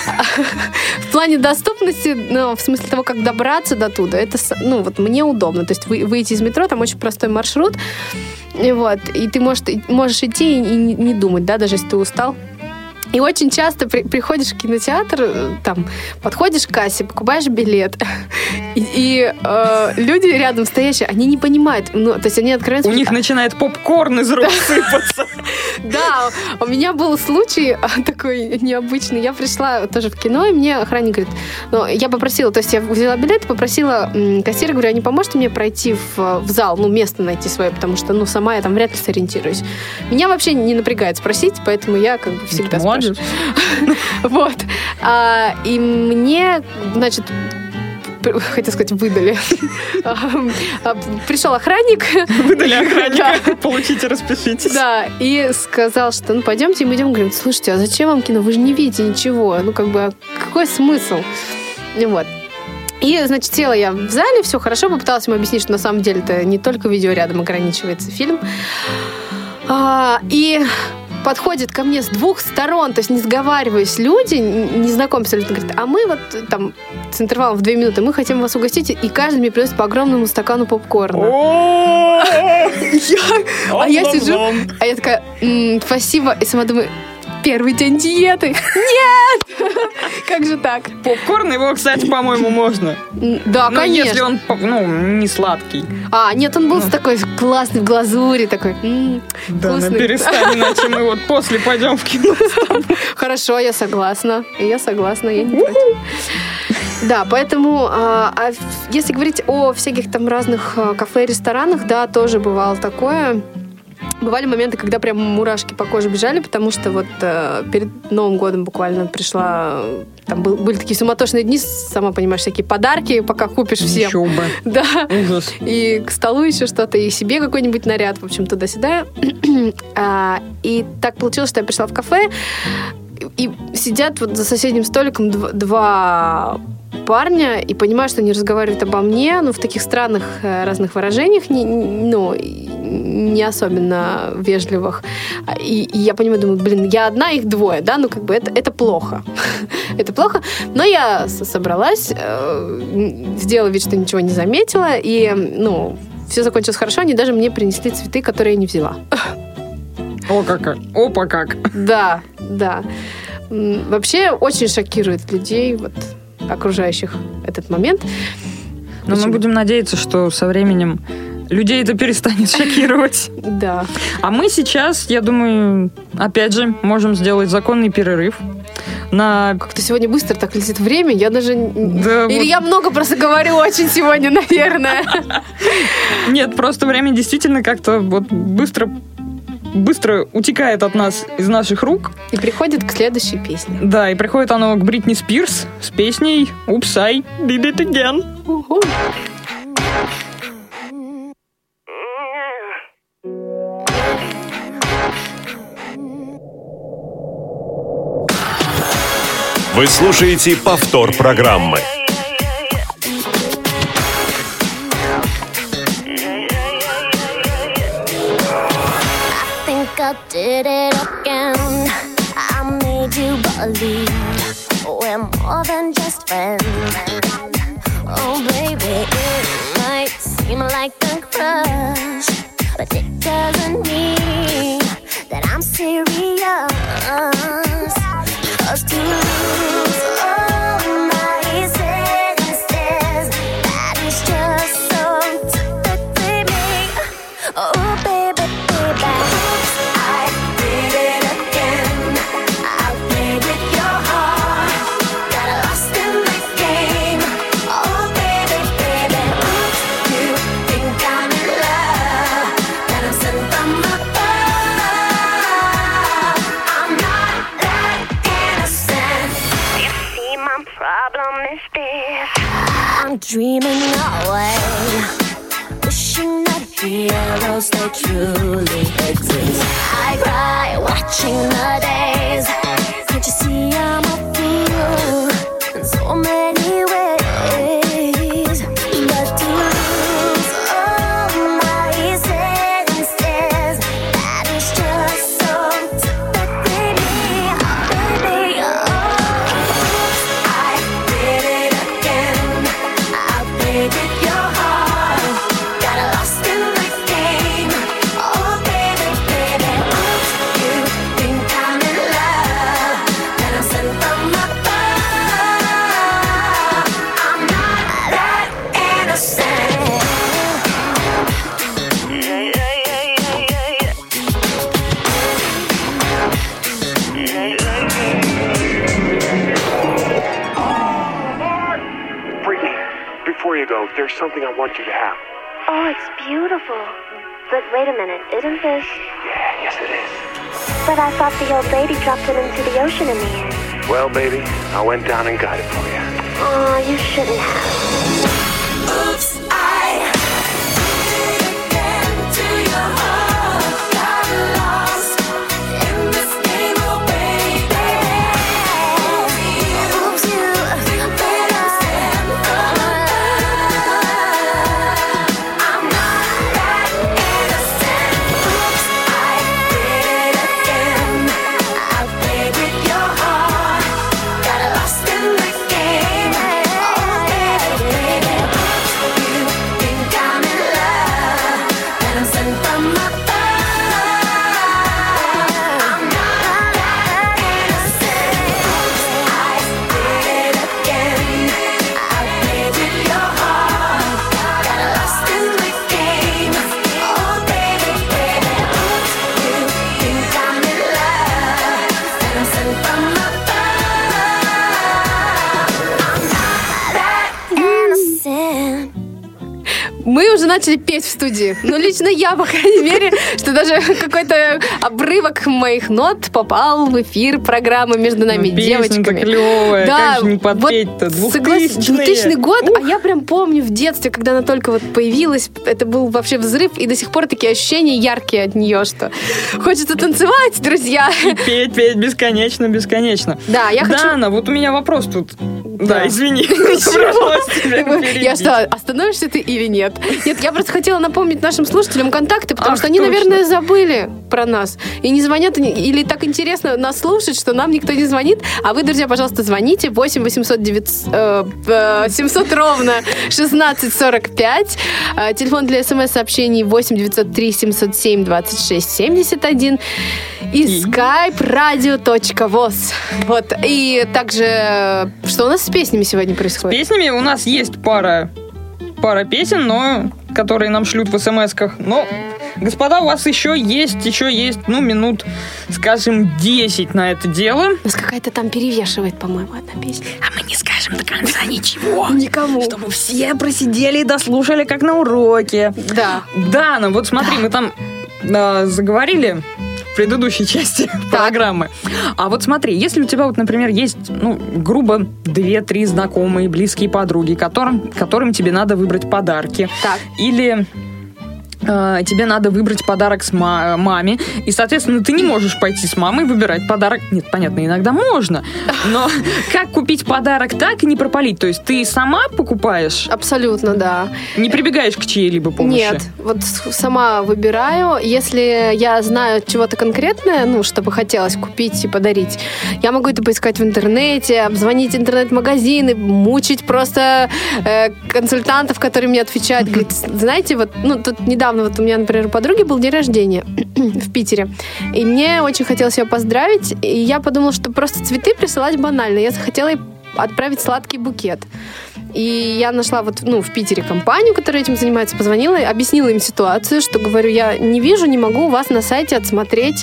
в плане доступности, ну, в смысле того, как добраться до туда, это, ну, вот мне удобно. То есть выйти из метро, там очень простой маршрут, и вот, и ты можешь, можешь идти и не думать, да, даже если ты устал. И очень часто при, приходишь в кинотеатр, там, подходишь к кассе, покупаешь билет, и, и э, люди рядом стоящие, они не понимают, ну, то есть они откровенно... У них начинает попкорн из рук сыпаться. Да, у меня был случай такой необычный. Я пришла тоже в кино, и мне охранник говорит, ну, я попросила, то есть я взяла билет, попросила кассира, говорю, а не поможете мне пройти в, в зал, ну, место найти свое, потому что, ну, сама я там вряд ли сориентируюсь. Меня вообще не напрягает спросить, поэтому я как бы всегда спрашиваю. Вот. А, и мне, значит, хотел сказать, выдали. Пришел охранник. Выдали охранника. Получите, распишитесь. Да, и сказал, что ну пойдемте, и мы идем. Говорим, слушайте, а зачем вам кино? Вы же не видите ничего. Ну, как бы, какой смысл? Вот. И, значит, села я в зале, все хорошо, попыталась ему объяснить, что на самом деле это не только видеорядом ограничивается фильм. А, и подходят ко мне с двух сторон, то есть не сговариваясь люди, незнакомые абсолютно, говорят, а мы вот там с интервалом в две минуты, мы хотим вас угостить, и каждый мне приносит по огромному стакану попкорна. А я сижу, а я такая, спасибо, и сама думаю, первый день диеты. Нет! Как же так? Попкорн его, кстати, по-моему, можно. Да, ну, конечно. если он, ну, не сладкий. А, нет, он был ну. такой классный, в глазури, такой м-м, да, вкусный. ну перестань, иначе мы вот после пойдем в кино с тобой. Хорошо, я согласна. Я согласна, я не против. Да, поэтому, а, а если говорить о всяких там разных кафе и ресторанах, да, тоже бывало такое. Бывали моменты, когда прям мурашки по коже бежали, потому что вот э, перед Новым годом буквально пришла... Там был, были такие суматошные дни, сама понимаешь, всякие подарки, пока купишь всем. Еще бы. Да. Ужас. И к столу еще что-то, и себе какой-нибудь наряд, в общем, туда-сюда. а, и так получилось, что я пришла в кафе, и сидят вот за соседним столиком дв- два... парня, и понимаю, что они разговаривают обо мне, ну, в таких странных разных выражениях, не, ну, не особенно вежливых. И, и я понимаю, думаю, блин, я одна, их двое, да, ну, как бы это, это плохо. это плохо. Но я собралась, сделала вид, что ничего не заметила, и, ну, все закончилось хорошо, они даже мне принесли цветы, которые я не взяла. О, как! Опа, как! Да, да. Вообще очень шокирует людей, вот, окружающих этот момент. Но Почему? Мы будем надеяться, что со временем людей это перестанет шокировать. Да. А мы сейчас, я думаю, опять же, можем сделать законный перерыв. На... Как-то сегодня быстро так летит время, я даже... Да, Или вот... я много просто говорю очень сегодня, наверное. Нет, просто время действительно как-то вот быстро... быстро утекает от нас из наших рук. И приходит к следующей песне. Да, и приходит оно к Бритни Спирс с песней «Oops, I did it again». Уху. Вы слушаете повтор программы. I did it again. I made you believe we're more than just friends. Oh baby, it might seem like a crush, but it doesn't mean that I'm serious. 'Cause to lose all my senses, that is just so typically me. Oh baby, baby. I'm dreaming away, wishing that heroes they truly exist. I cry watching the days. Can't you see I'm a fool in so many ways? But to lose all my senses, that is just so typically me, baby. Oh, I did it again. I played with your heart, got lost in the game. Oh baby, baby, oops, you think I'm in love, you go, there's something I want you to have. Oh, it's beautiful. But wait a minute, isn't this... Yeah, yes it is. But I thought the old lady dropped it into the ocean in the end. Well, baby, I went down and got it for you. Oh, you shouldn't have. Oops, I did it again to your heart. Got lost in this game, oh baby. Oops, you think that I stand for love. I'm not that innocent. Oops, I did it again. I played with your heart. Got lost in the game. Oh baby, you think I'm in love, and I'm sent from above. I'm not that innocent. I did it again. I played with your heart. Got lost in the game. Oh baby, baby, you think I'm in love, and I'm sent from above. I'm not that innocent. Мы уже начали петь в студии. Ну, лично я, по крайней мере, что даже какой-то обрывок моих нот попал в эфир программы «Между нами Песня-то девочками». клевая, Да, как же не подпеть-то, вот согласен, двухтысячные. двухтысячный год, а я прям помню в детстве, когда она только вот появилась, это был вообще взрыв, и до сих пор такие ощущения яркие от нее, что хочется танцевать, друзья. Петь, петь бесконечно, бесконечно. Да, я хочу... Дана, вот у меня вопрос тут. Да, Да. извини. Пришлось тебя перебить. Я что, остановишься ты или нет? Нет, я просто хотела напомнить нашим слушателям контакты, потому Ах, что они, точно. наверное, забыли про нас. И не звонят, или так интересно нас слушать, что нам никто не звонит. А вы, друзья, пожалуйста, звоните. восемь восемьсот девятьсот э, э, семьсот ровно шестнадцать сорок пять. Э, телефон для смс-сообщений восемь девятьсот три семьсот семь двадцать шесть семьдесят один. И skype radio.voz. Вот. И также, что у нас с песнями сегодня С происходит? песнями у нас есть пара, пара песен, но которые нам шлют в смс-ках. Но, господа, у вас еще есть, еще есть, ну, минут, скажем, десять на это дело. У нас какая-то там перевешивает, по-моему, одна песня. А мы не скажем до конца ничего. Никому. Чтобы все просидели и дослушали, как на уроке. Да. Дана, вот смотри, мы там э, заговорили в предыдущей части программы. А вот смотри, если у тебя вот, например, есть, ну, грубо, две-три знакомые, близкие подруги, которым, которым тебе надо выбрать подарки. Так. Или э, тебе надо выбрать подарок с ма- маме, и, соответственно, ты не можешь пойти с мамой выбирать подарок. Нет, понятно, иногда можно, но как купить подарок так и не пропалить? То есть ты сама покупаешь, Абсолютно, да. не прибегаешь к чьей-либо помощи? Нет, вот с- сама выбираю. Если я знаю чего-то конкретное, ну, чтобы хотелось купить и подарить, я могу это поискать в интернете, обзвонить интернет-магазины, мучить просто э, консультантов, которые мне отвечают. Говорит, знаете, вот, ну, тут недавно вот у меня, например, у подруги был день рождения в Питере, и мне очень хотелось ее поздравить, и я подумала, что просто цветы присылать банально. Я захотела ей отправить сладкий букет. И я нашла вот, ну, в Питере компанию, которая этим занимается, позвонила, объяснила им ситуацию, что, говорю, я не вижу, не могу у вас на сайте отсмотреть,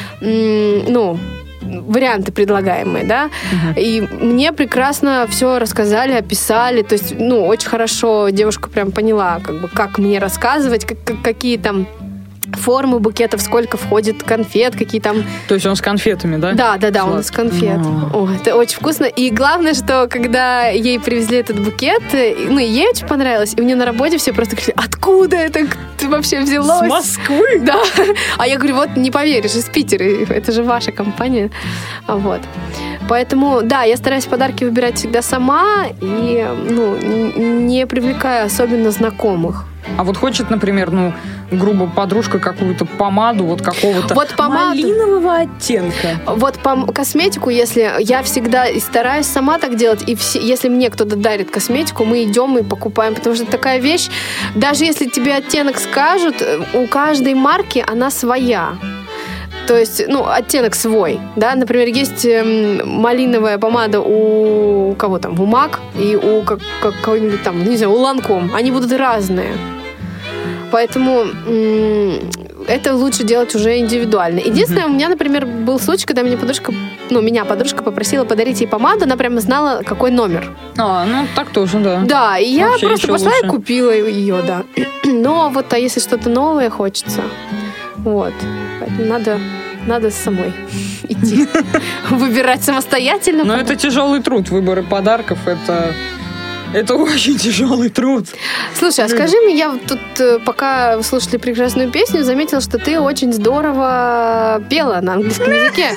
м, ну, варианты предлагаемые, да, uh-huh. И мне прекрасно все рассказали, описали, то есть, ну, очень хорошо девушка прям поняла, как бы, как мне рассказывать, как, как- какие там формы букетов, сколько входит конфет, какие там... То есть он с конфетами, да? Да, да, да, он из конфет. О, это очень вкусно. И главное, что когда ей привезли этот букет, э, ну, и ей очень понравилось, и у нее на работе все просто говорили, откуда это ты вообще взялось? С Москвы? Да. А я говорю, вот не поверишь, из Питера, это же ваша компания. Вот. Поэтому, да, я стараюсь подарки выбирать всегда сама и, ну, н- не привлекая особенно знакомых. А вот хочет, например, ну, грубо, подружка какую-то помаду вот какого-то Вот помаду. малинового оттенка. Вот по косметику, если я всегда и стараюсь сама так делать, и все, если мне кто-то дарит косметику, мы идем и покупаем, потому что это такая вещь, даже если тебе оттенок скажут, у каждой марки она своя. То есть, ну, оттенок свой, да, например, есть эм, малиновая помада у кого там, у Мак и у как, как, кого-нибудь там, не знаю, у Ланком, они будут разные. Поэтому м- это лучше делать уже индивидуально. Единственное, mm-hmm. у меня, например, был случай, когда меня подружка, ну, меня подружка попросила подарить ей помаду, она прямо знала, какой номер. А, ну, так тоже, да. Да, и я Вообще просто пошла лучше. и купила ее, да. Но вот, а если что-то новое хочется, вот, поэтому надо... Надо самой идти выбирать самостоятельно. Но это тяжелый труд. Выборы подарков это, это очень тяжелый труд. Слушай, а скажи мне, я тут, пока слушали прекрасную песню, заметила, что ты очень здорово пела на английском языке.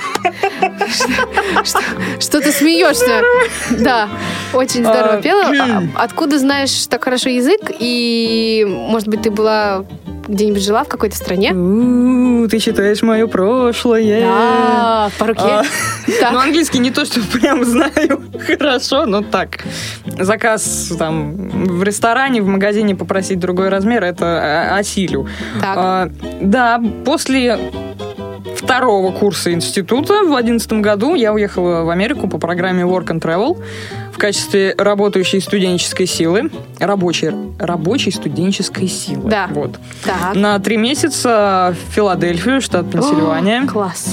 Что ты смеешься? Да, очень здорово пела. Откуда знаешь так хорошо язык? И, может быть, ты была... где-нибудь жила в какой-то стране? У-у-у, ты читаешь мое прошлое. Да, по руке. А, ну, английский не то, что прям знаю хорошо, но так. Заказ там в ресторане, в магазине попросить другой размер, это осилю. Так. А, да, после второго курса института в одиннадцатом году я уехала в Америку по программе Work and Travel в качестве работающей студенческой силы. Рабочей, рабочей студенческой силы. Да. Вот. Так. На три месяца в Филадельфию, штат Пенсильвания. О, класс.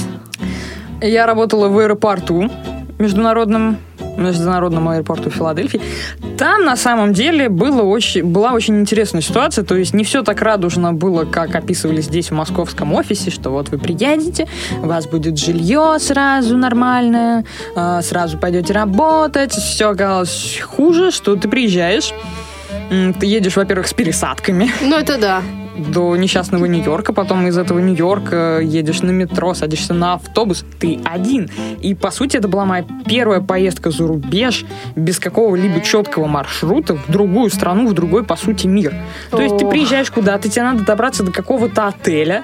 Я работала в аэропорту международном, международном аэропорту Филадельфии. Там, на самом деле, было очень, была очень интересная ситуация. То есть не все так радужно было, как описывали здесь, в московском офисе, что вот вы приедете, у вас будет жилье сразу нормальное, сразу пойдете работать. Все оказалось хуже, что ты приезжаешь, ты едешь, во-первых, с пересадками. Ну, это да. До несчастного Нью-Йорка, потом из этого Нью-Йорка едешь на метро, садишься на автобус, ты один. И, по сути, это была моя первая поездка за рубеж без какого-либо четкого маршрута в другую страну, в другой, по сути, мир. То есть ты приезжаешь куда-то, тебе надо добраться до какого-то отеля,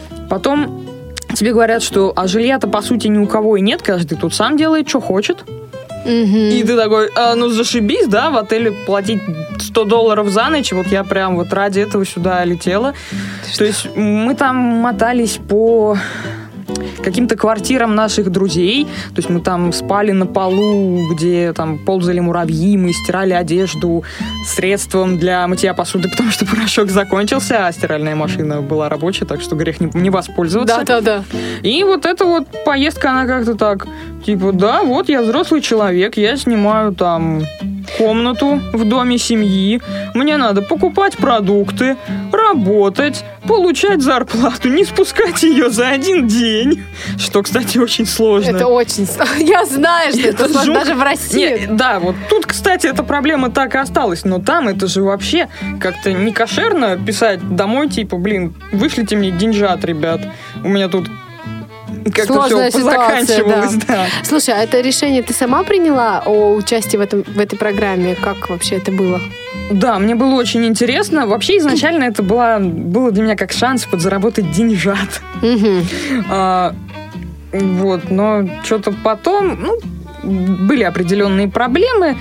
потом тебе говорят, что а жилья-то, по сути, ни у кого и нет, каждый тут сам делает, что хочет. Mm-hmm. И ты такой, а, ну зашибись, да, в отеле платить сто долларов за ночь. Вот я прям вот ради этого сюда летела. То есть мы там мотались по каким-то квартирам наших друзей. То есть мы там спали на полу, где там ползали муравьи, мы стирали одежду средством для мытья посуды, потому что порошок закончился, а стиральная машина была рабочая, так что грех не, не воспользоваться. Да-да-да. И вот эта вот поездка, она как-то так, типа, да, вот я взрослый человек, я снимаю там комнату в доме семьи, мне надо покупать продукты, работать, получать зарплату, не спускать ее за один день, что, кстати, очень сложно. Это очень... Я знаю, что это, это сложно даже в России. Не, да, вот тут, кстати, эта проблема так и осталась, но там это же вообще как-то не кошерно писать домой, типа, блин, вышлите мне деньжат, ребят, у меня тут как-то сложная все ситуация, позаканчивалось, да. да. Слушай, а это решение ты сама приняла о участии в, этом, в этой программе? Как вообще это было? Да, мне было очень интересно. Вообще изначально это было, было для меня как шанс подзаработать деньжат. Угу. А, вот, но что-то потом, ну, были определенные проблемы.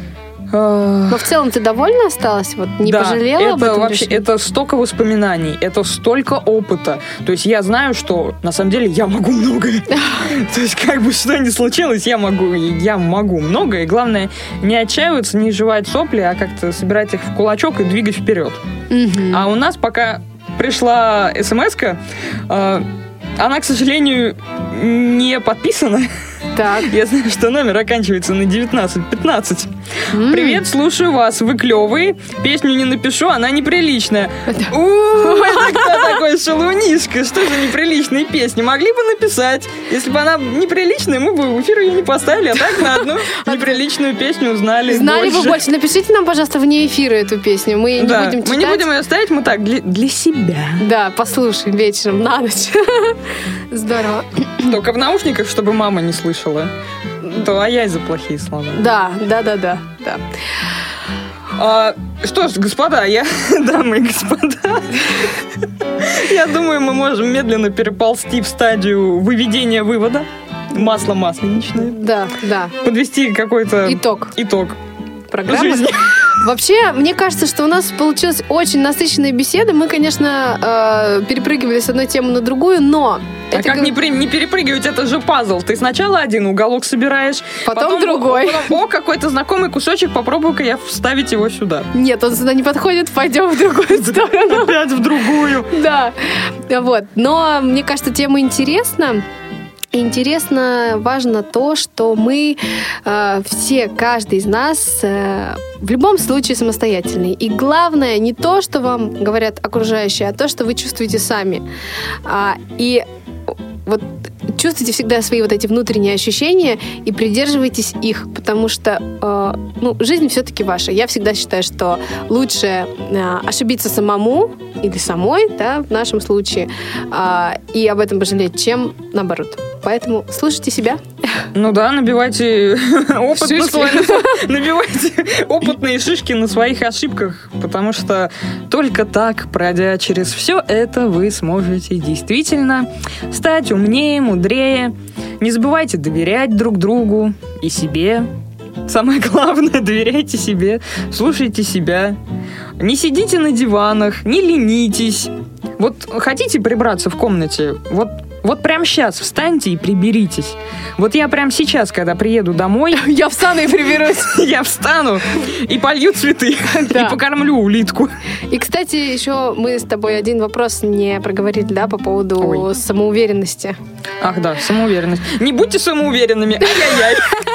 Но в целом ты довольна осталась? Вот не да, пожалела это об этом вообще, решении? это столько воспоминаний, это столько опыта. То есть я знаю, что на самом деле я могу многое. То есть как бы что ни случилось, я могу, я могу многое. И главное, не отчаиваться, не жевать сопли, а как-то собирать их в кулачок и двигать вперед. А у нас пока пришла смс-ка, она, к сожалению, не подписана. Так. Я знаю, что номер оканчивается на девятнадцать пятнадцать. Mm. Привет, слушаю вас, вы клевые. Песню не напишу, она неприличная. У-у-у, это кто такой шалунишка? Что за неприличные песни? Могли бы написать. Если бы она неприличная, мы бы в эфир ее не поставили, а так на одну неприличную песню узнали Знали больше. бы больше. Напишите нам, пожалуйста, вне эфира эту песню. Мы не да, будем читать. Мы не будем ее ставить, мы так, для, для себя. Да, послушаем вечером, на ночь. Здорово. Только в наушниках, чтобы мама не слышала. То а я за плохие слова. Да, да, да, да. да. А, что ж, господа, я, дамы и господа, я думаю, мы можем медленно переползти в стадию выведения вывода. Масло масленичное. Да, да. Подвести какой-то итог. Итог. Программы. Жизни. Вообще, мне кажется, что у нас получилась очень насыщенная беседа. Мы, конечно, э, перепрыгивали с одной темы на другую, но... А это как г- не, при- не перепрыгивать, это же пазл. Ты сначала один уголок собираешь, Потом другой. О, о, какой-то знакомый кусочек, попробую-ка я вставить его сюда. Нет, он сюда не подходит, пойдем в другую сторону. Опять в другую. Да, вот. Но мне кажется, тема интересна. Интересно, важно то, что мы э, все, каждый из нас э, в любом случае самостоятельный. И главное не то, что вам говорят окружающие, а то, что вы чувствуете сами. А, и вот чувствуйте всегда свои вот эти внутренние ощущения и придерживайтесь их, потому что э, ну, жизнь все-таки ваша. Я всегда считаю, что лучше э, ошибиться самому или самой, да, в нашем случае, э, и об этом пожалеть, чем наоборот. Поэтому слушайте себя. Ну да, набивайте опыт на Шишки. свои- набивайте опытные шишки на своих ошибках, потому что только так, пройдя через все это, вы сможете действительно стать умнее, мудрее. Не забывайте доверять друг другу и себе. Самое главное, доверяйте себе, слушайте себя. Не сидите на диванах, не ленитесь. Вот хотите прибраться в комнате, вот Вот прямо сейчас встаньте и приберитесь. Вот я прямо сейчас, когда приеду домой... Я встану и приберусь. Я встану и полью цветы. Да. И покормлю улитку. И, кстати, еще мы с тобой один вопрос не проговорили, да, по поводу Ой. самоуверенности. Ах да, самоуверенность. Не будьте самоуверенными. Ай-яй-яй.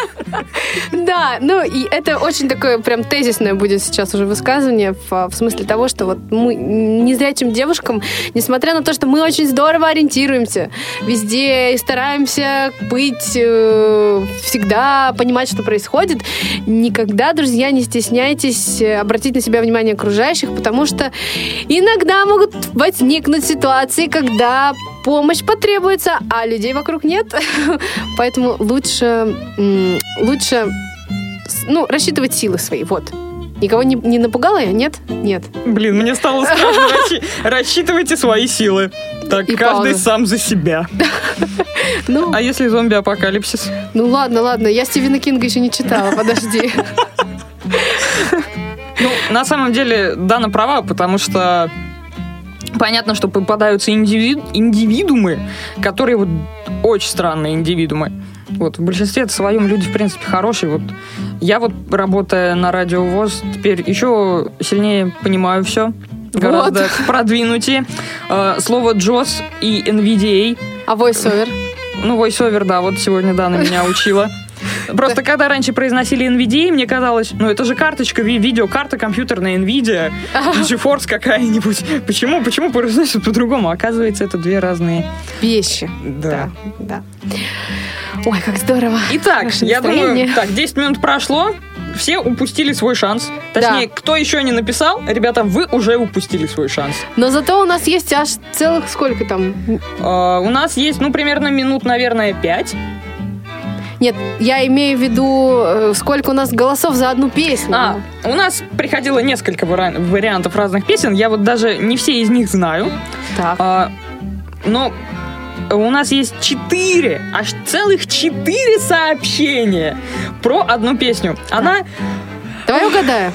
Да, ну и это очень такое прям тезисное будет сейчас уже высказывание в, в смысле того, что вот мы незрячим девушкам, несмотря на то, что мы очень здорово ориентируемся везде и стараемся быть, э, всегда понимать, что происходит, никогда, друзья, не стесняйтесь обратить на себя внимание окружающих, потому что иногда могут возникнуть ситуации, когда помощь потребуется, а людей вокруг нет. Поэтому лучше, м, лучше ну, рассчитывать силы свои. Вот. Никого не, не напугала я? Нет? Нет. Блин, мне стало страшно. Расщи- Рассчитывайте свои силы. Так, И каждый пауза. сам за себя. Ну, А если зомби-апокалипсис? ну ладно, ладно. Я Стивена Кинга еще не читала. Подожди. Ну, на самом деле, Дана права, потому что понятно, что попадаются индиви- индивидуумы, которые вот очень странные индивидуумы. Вот, в большинстве своем люди, в принципе, хорошие. Вот я вот, работая на радио ВОЗ, теперь еще сильнее понимаю все. Гораздо Вот. продвинутее. Э, слово джоз и эн ви ди эй. А voiceover? Ну, voiceover, да, вот сегодня Дана меня учила. Просто когда раньше произносили эн ви ди эй, мне казалось, ну это же карточка, ви- видеокарта компьютерная NVIDIA, GeForce какая-нибудь. Почему, почему произносят по-другому? Оказывается, это две разные. Вещи. Да. Да. Ой, как здорово. Итак, Хорошее я думаю, настроение. так, десять минут прошло, все упустили свой шанс. Точнее, Да. кто еще не написал, ребята, вы уже упустили свой шанс. Но зато у нас есть аж целых сколько там? Э, у нас есть, ну, примерно минут, наверное, пять. Нет, я имею в виду, э, сколько у нас голосов за одну песню. А, у нас приходило несколько вари- вариантов разных песен. Я вот даже не все из них знаю. Так. А, но у нас есть четыре, аж целых четыре сообщения про одну песню. Она, Давай угадаю.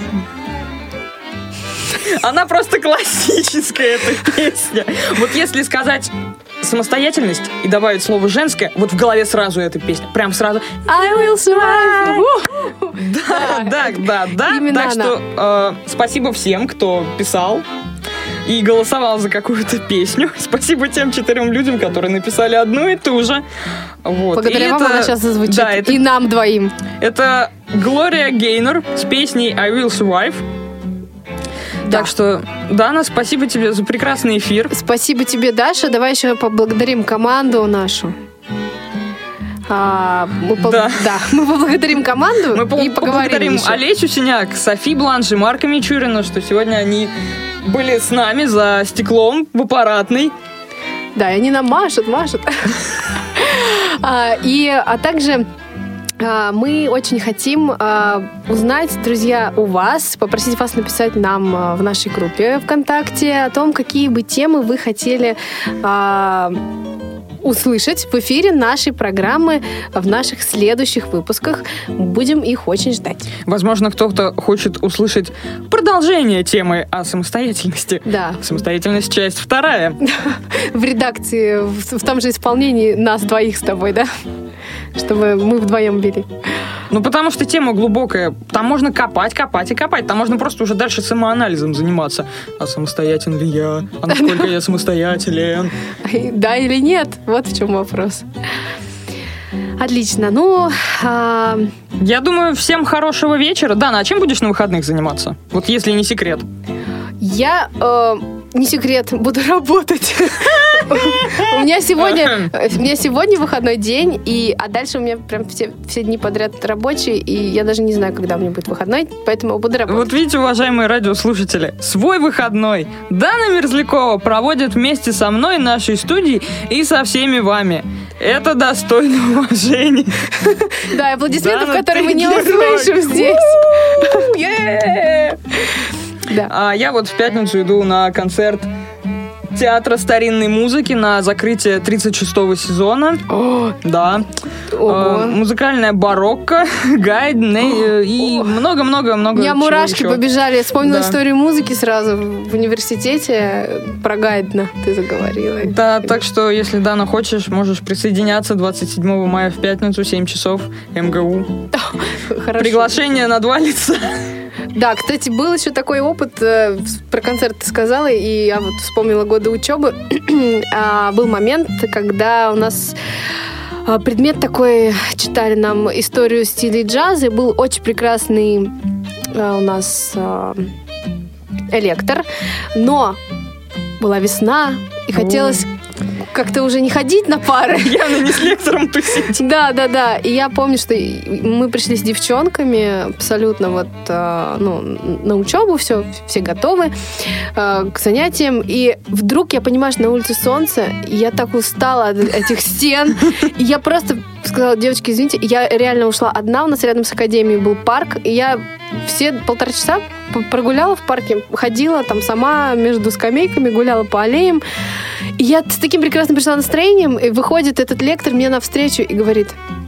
она просто классическая, эта песня. Вот если сказать самостоятельность и добавить слово женское, вот в голове сразу эта песня. Прям сразу. I will survive. У-ху. Да, да, да, да. Именно Так она. что э, спасибо всем, кто писал и голосовал за какую-то песню. Спасибо тем четырем людям, которые написали одну и ту же. Вот. Благодаря И вам это- она сейчас зазвучит. Да, это, И нам двоим. это Глория Гейнор с песней I Will Survive. Да. Так что, Дана, спасибо тебе за прекрасный эфир. Спасибо тебе, Даша. Давай еще поблагодарим команду нашу. А, мы, пол- Да. да, мы поблагодарим команду Мы и пол- поговорим поблагодарим еще. Олесю Синяк, Софи Бланш и Марка Мичурина, что сегодня они были с нами за стеклом в аппаратной. Да, и они нам машут, машут. А, И, а также а, мы очень хотим а, узнать, друзья, у вас, попросить вас написать нам а, в нашей группе ВКонтакте о том, какие бы темы вы хотели а, услышать в эфире нашей программы в наших следующих выпусках. Будем их очень ждать. Возможно, кто-то хочет услышать продолжение темы о самостоятельности. Да. Самостоятельность, часть вторая. В редакции, в, в том же исполнении нас двоих с тобой, да? Чтобы мы вдвоем били. Ну, потому что тема глубокая. Там можно копать, копать и копать. Там можно просто уже дальше самоанализом заниматься. А самостоятелен ли я? А насколько я самостоятелен? Да или нет? Вот в чем вопрос. Отлично. Ну, а... я думаю, всем хорошего вечера. Дана, а чем будешь на выходных заниматься? Вот если не секрет. Я, э, не секрет, буду работать. У меня сегодня, у меня сегодня выходной день, и, а дальше у меня прям все, все дни подряд рабочие, и я даже не знаю, когда у меня будет выходной, поэтому буду работать. Вот видите, уважаемые радиослушатели, свой выходной Дана Мерзлякова проводит вместе со мной, нашей студией и со всеми вами. Это достойно уважения. Да, аплодисментов, которые мы не услышим здесь. А я вот в пятницу иду на концерт Театра старинной музыки на закрытие тридцать шестого сезона. О, да. Э, музыкальная барокко, Гайден и много-много-много. У меня мурашки еще. побежали. Я вспомнила да. историю музыки сразу в университете. Про Гайдена ты заговорила. Да, так что, если, Дана, хочешь, можешь присоединяться двадцать седьмого мая в пятницу, семь часов, эм гэ у. Хорошо. Приглашение на два лица. Да, кстати, был еще такой опыт, э, про концерт ты сказала, и я вот вспомнила годы учебы. а, был момент, когда у нас а, предмет такой, читали нам историю стилей джаза, и был очень прекрасный а, у нас а, электор, но была весна, и хотелось как-то уже не ходить на пары. Явно не с лектором тусить. Да, да, да. И я помню, что мы пришли с девчонками абсолютно вот, ну, на учебу, все, все готовы к занятиям. И вдруг я понимаю, что на улице солнце, и я так устала от этих стен. И я просто сказала: девочки, извините, я реально ушла одна. У нас рядом с академией был парк, и я все полтора часа прогуляла в парке, ходила там сама между скамейками, гуляла по аллеям. И я с таким прекрасным пришла настроением, и выходит этот лектор мне навстречу и говорит: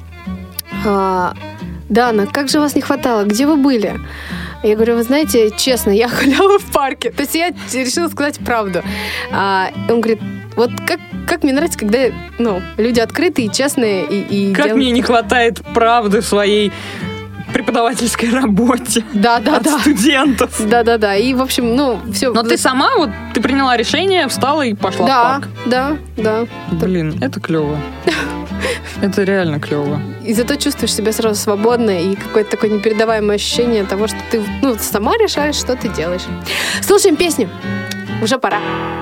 а, Дана, как же вас не хватало, где вы были? Я говорю: вы знаете, честно, я гуляла в парке. То есть я решила сказать правду. А, он говорит: вот как, как мне нравится, когда ну, люди открытые, честные. И, и как делают... мне не хватает правды в своей преподавательской работе. Да, да, от да. студентов. Да, да, да. И, в общем, ну, все. Но ты сама, вот, ты приняла решение, встала и пошла да, в парк. Да, да, да. Блин, это клево. Это реально клево. И зато чувствуешь себя сразу свободно, и какое-то такое непередаваемое ощущение того, что ты, ну, сама решаешь, что ты делаешь. Слушаем песню. Уже пора.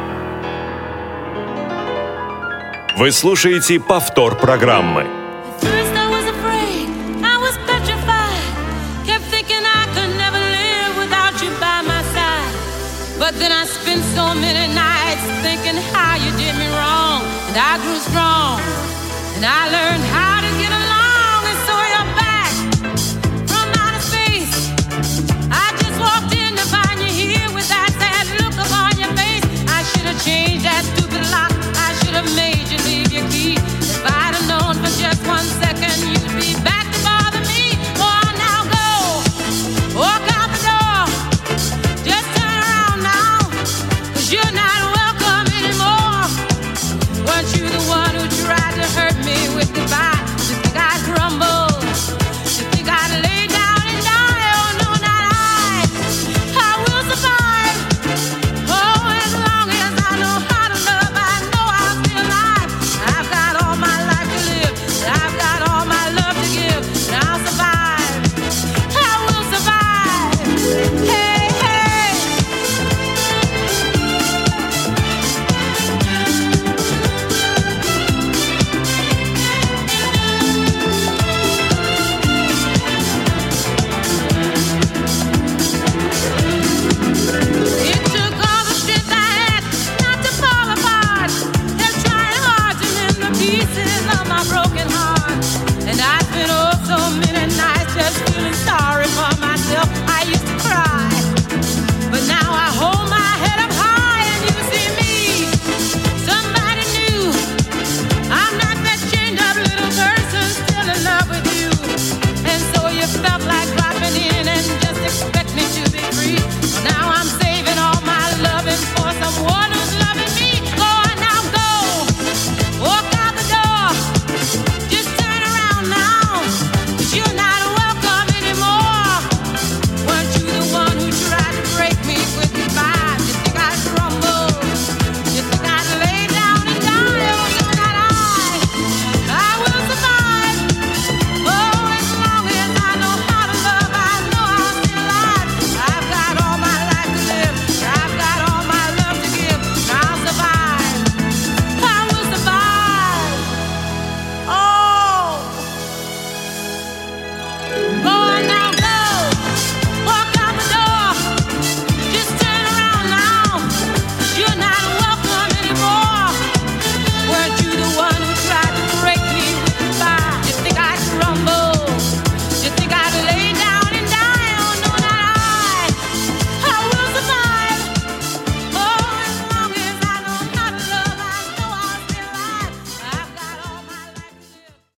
Вы слушаете повтор программы. But then I spent so many nights thinking how you did me wrong. And I grew strong, and I learned how to